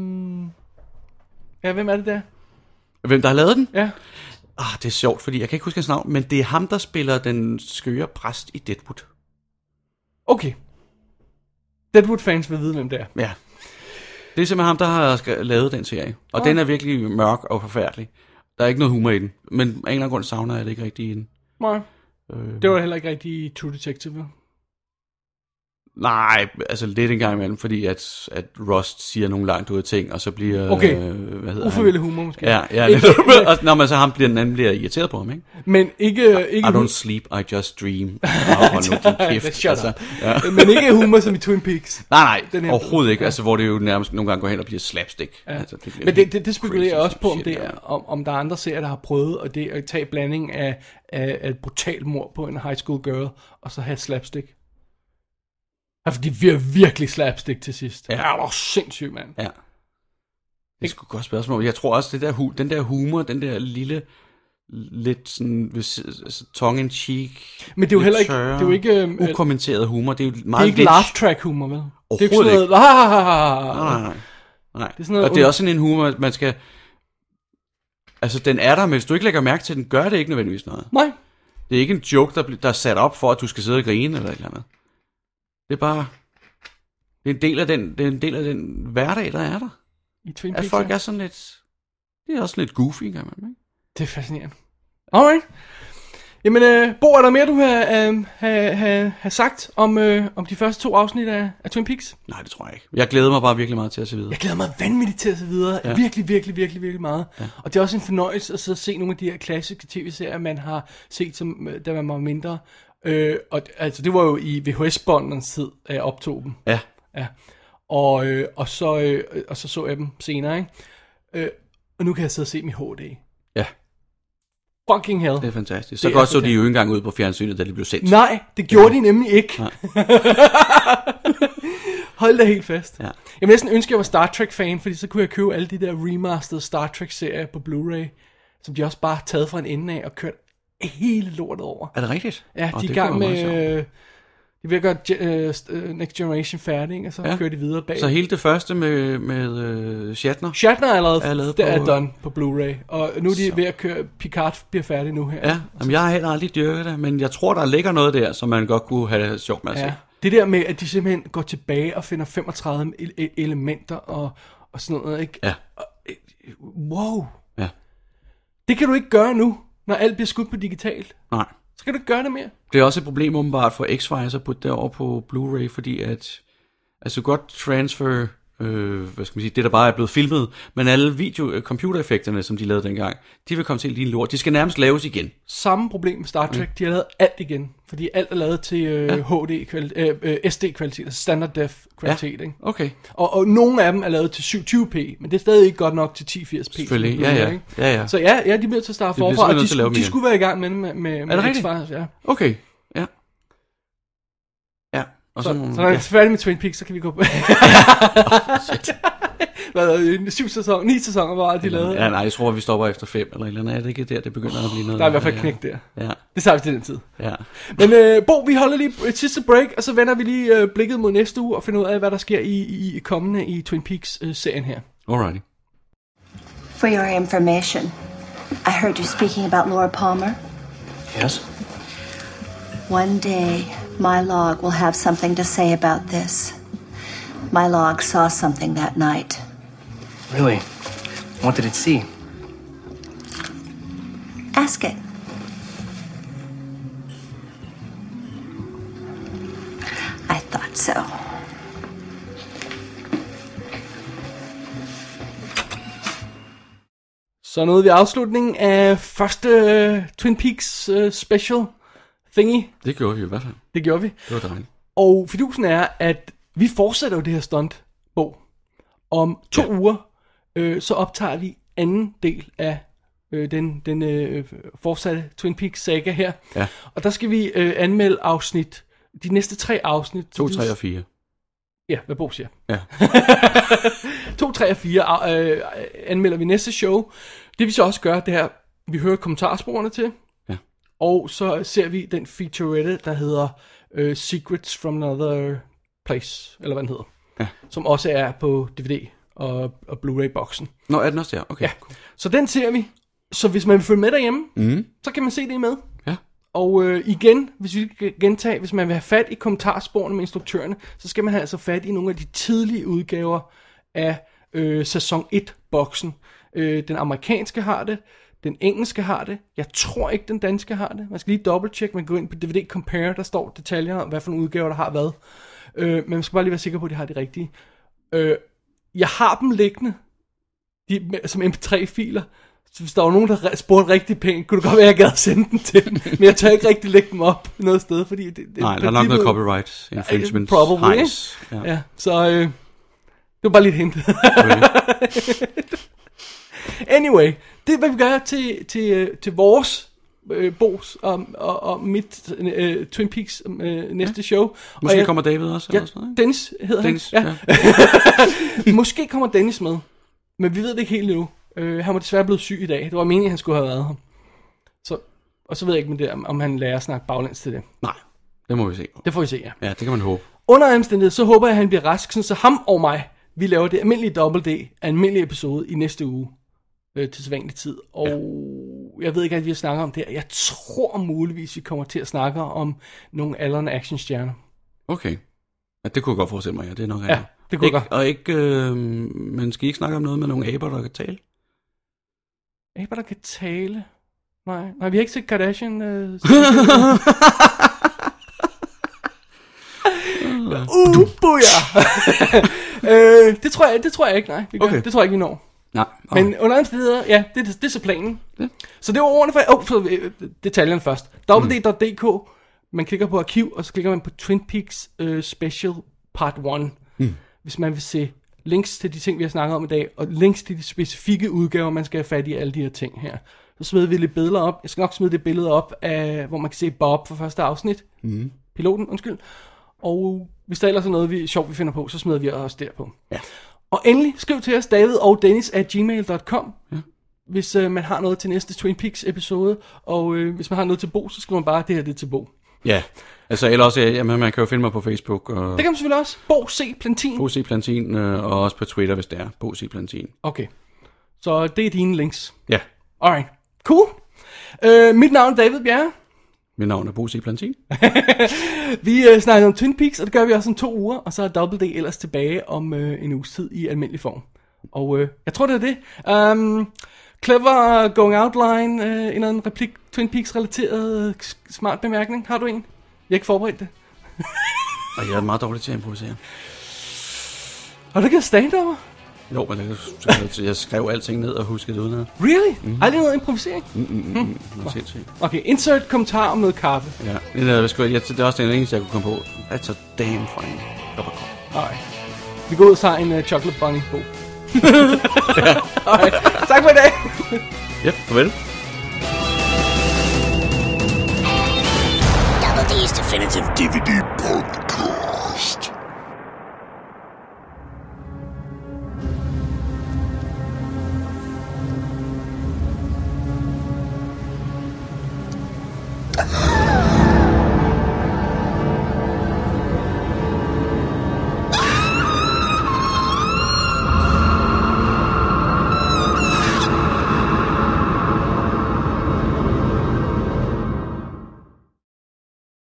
Ja, hvem er det der? Hvem der har lavet den? Ja. Det er sjovt, fordi jeg kan ikke huske hans navn, men det er ham, der spiller den skøre præst i Deadwood. Okay. Deadwood-fans vil vide, hvem det er. Ja. Det er simpelthen ham, der har lavet den serie. Og den er virkelig mørk og forfærdelig. Der er ikke noget humor i den. Men af en eller anden grund savner jeg det ikke rigtig i den. Nej. Det var heller ikke rigtig True Detective. Nej, altså lidt en gang imellem, fordi at Rust siger nogle langt ud af ting, og så bliver... Ufrivillig humor måske. Ja, og når man så ham bliver, den anden bliver irriteret på ham, ikke? Men ikke I don't sleep, I just dream. Hold nu din kæft. Altså, men ikke humor som i Twin Peaks. Nej, overhovedet ikke. Altså, hvor det jo nærmest nogle gange går hen og bliver slapstick. Ja. Altså, men det spekulerer jeg også på, om der er andre serier, der har prøvet og det at tage blanding af et brutalt mord på en high school girl, og så have slapstick. Ja, for de bliver virkelig slapstick til sidst. Ja, det er sindssygt, mand. Ja. Det er sgu et godt spørgsmål. Jeg tror også, den der humor, den der lille, lidt sådan, tongue-in-cheek, men det er jo heller ikke, tørre, det er jo ikke ukommenteret humor. Det er jo meget det er ikke laugh-track humor, vel? Overhovedet det er ikke. Nej. Det er sådan noget, og det er også sådan en humor, man skal... Altså, den er der, men hvis du ikke lægger mærke til den, gør det ikke nødvendigvis noget. Nej. Det er ikke en joke, der er sat op for, at du skal sidde og grine eller et eller andet. Det er bare... Det er en del af den hverdag, der er der. I Twin Peaks, at folk er sådan lidt... Det er også lidt goofy, kan man, ikke? Det er fascinerende. Alright. Jamen, Bo, er der mere, du har sagt om de første 2 afsnit af Twin Peaks? Nej, det tror jeg ikke. Jeg glæder mig bare virkelig meget til at se videre. Jeg glæder mig vanvittigt til at se videre. Ja. Virkelig meget. Ja. Og det er også en fornøjelse at sidde og se nogle af de her klassiske tv-serier, man har set, da man var mindre. Og altså, det var jo i VHS-båndernes tid, at jeg optog dem. Ja. Og så jeg dem senere, ikke? Og nu kan jeg sidde og se dem i HD. Ja. Fucking hell. Det er fantastisk. Så godt så de jo ikke engang ud på fjernsynet, da de blev sendt. Nej, det gjorde de nemlig ikke. Hold da helt fast. Ja. Jeg næsten ønsker, at jeg var Star Trek-fan, fordi så kunne jeg købe alle de der remastered Star Trek-serier på Blu-ray, som de også bare har taget fra en ende af og kørt hele lortet over. Er det rigtigt? Ja, de er i gang med... De vil gøre Next Generation færdig, og så kører de videre bag. Så hele det første med Shatner? Shatner er allerede er done på Blu-ray, og nu er de ved at køre... Picard bliver færdig nu her. Ja, jamen, jeg har heller aldrig dyrket det, men jeg tror, der ligger noget der, som man godt kunne have sjovt med at se. Det der med, at de simpelthen går tilbage og finder 35 elementer og sådan noget, ikke? Ja. Wow. Ja. Det kan du ikke gøre nu, når alt bliver skudt på digitalt. Nej. Så kan du ikke gøre det mere. Det er også et problem åbenbart for X-Files at putte det over på Blu-ray, fordi at altså godt transfer, hvad skal man sige, det der bare er blevet filmet, men alle computereffekterne, som de lavede dengang, de vil komme til lige lort. De skal nærmest laves igen. Samme problem med Star Trek, de har lavet alt igen, fordi alt er lavet til SD-kvalitet, altså standard def kvalitet, ikke? Okay. Og nogle af dem er lavet til 720p, men det er stadig ikke godt nok til 1080p. Selvfølgelig, ja. Så ja, de bliver til at starte forfra, og de skulle være i gang med X-Files, ja. Okay, ja. Og så når vi er færdige med Twin Peaks, så kan vi gå på... Shit. 7 sæsoner, 9 sæsoner var de lavede. Ja, nej, jeg tror, vi stopper efter 5 eller et eller andet. Er det ikke der, det begynder at blive noget? Der er i hvert fald knæk der. Ja. Det tager vi til den tid. Ja. Men Bo, vi holder lige et sidste break, og så vender vi lige blikket mod næste uge og finder ud af, hvad der sker i kommende i Twin Peaks-serien her. Alrighty. For your information, I heard you speaking about Laura Palmer. Yes? One day, my log will have something to say about this. My log saw something that night. Really? What did it see? Ask it. I thought so. Så nåede vi afslutningen af første Twin Peaks special thingy. Det gjorde vi i hvert fald. Det gjorde vi. Det var dejligt. Og fidusen er, at vi fortsætter jo det her stunt, Bo. Om 2 uger, så optager vi anden del af den fortsatte Twin Peaks saga her. Ja. Og der skal vi anmelde de næste 3 afsnit. 2, 3 og 4. Ja, hvad Bo siger. Ja. 2, 3 og 4 anmelder vi næste show. Det vi så også gør, det er, vi hører kommentarsporene til. Ja. Og så ser vi den featurette, der hedder Secrets from Another Place, eller hvad den hedder. Ja. Som også er på DVD og Blu-ray-boksen. Nå, er den også der? Okay. Ja. Så den ser vi. Så hvis man vil følge med derhjemme, så kan man se det med. Ja. Og igen, hvis vi kan gentage, hvis man vil have fat i kommentarsporene med instruktørerne, så skal man have altså fat i nogle af de tidlige udgaver af sæson 1-boksen. Den amerikanske har det, den engelske har det, jeg tror ikke den danske har det. Man skal lige dobbelttjekke, man går ind på DVD Compare, der står detaljer om, hvad for nogle udgaver der har hvad. Men man skal bare lige være sikker på, at de har de rigtige. Jeg har dem liggende som MP3-filer. Så hvis der var nogen, der spurgte rigtig pænt, kunne det godt være, at jeg gad sende den til dem. Men jeg tør ikke rigtig lægge dem op noget sted, fordi nej, der er nok noget copyright infringement. Probably, ja. Så det var bare lidt hint. Anyway, det er, hvad vi gør til vores Bo's og mit Twin Peaks næste show. Måske kommer David også? Ja, eller sådan noget? Dennis hedder Dennis, han. Ja. Måske kommer Dennis med, men vi ved det ikke helt nu. Han var desværre blevet syg i dag. Det var meningen, at han skulle have været her. Og så ved jeg ikke, om han lærer at snakke baglæns til det. Nej, det må vi se. Det får vi se, ja. Ja, det kan man håbe. Under omstændighed, så håber jeg, at han bliver rask, så ham og mig, vi laver det almindelige Double D, almindelige episode i næste uge til sædvanlig tid. Og jeg ved ikke, at vi har snakket om det her. Jeg tror muligvis, vi kommer til at snakke om nogle aldrende actionstjerner. Okay. Ja, det kunne jeg godt forestille mig, ja. Det er nok ja, det kunne ikke, godt. Og ikke, men skal I ikke snakke om noget med nogle aber, der kan tale? Aber, der kan tale? Nej, vi har ikke set Kardashian. Buja! Det tror jeg ikke, nej. Okay. Det tror jeg ikke, vi når. Nej. Men under andre steder, ja, det er så planen. Ja. Så det var ordene for... detaljerne først. www.dk. Man klikker på arkiv, og så klikker man på Twin Peaks Special Part 1. Hvis man vil se links til de ting, vi har snakket om i dag, og links til de specifikke udgaver, man skal have fat i alle de her ting her. Så smider vi lidt billeder op. Jeg skal nok smide det billede op, af, hvor man kan se Bob fra første afsnit. Piloten, undskyld. Og hvis der ellers er noget sjovt, vi finder på, så smider vi også derpå. Ja. Og endelig, skriv til os, David og Dennis@gmail.com, hvis man har noget til næste Twin Peaks episode. Og hvis man har noget til Bo, så skriver man bare, det her det er til Bo. Ja, altså ellers, jamen, man kan jo finde mig på Facebook. Og det kan man selvfølgelig også. Bo C. Plantin. Bo C. Plantin, og også på Twitter, hvis det er. Bo C. Plantin. Okay, så det er dine links. Ja. Alright, cool. Mit navn er David Bjerre. Mit navn er Bo C. Plantin. Vi snakker om Twin Peaks, og det gør vi også om 2 uger, og så er Double D ellers tilbage om en uges tid i almindelig form. Og jeg tror, det er det. Clever going out line, en eller anden replik, Twin Peaks relateret smart bemærkning. Har du en? Jeg har ikke forberedt det. Og jeg er meget dårlig til at improvisere. Har du ikke stand-over? Jo, men jeg skrev alting ned og huskede det udenad. Really? Aldrig noget improvisering? Okay, insert kommentar om noget kaffe. Ja, det er også den eneste, jeg kunne komme på. That's a damn fine cup of coffee. Alright. Vi går ud og tager en chocolate bunny på. Alright, tak for i dag. Yep, farvel. Double D's Definitive DVD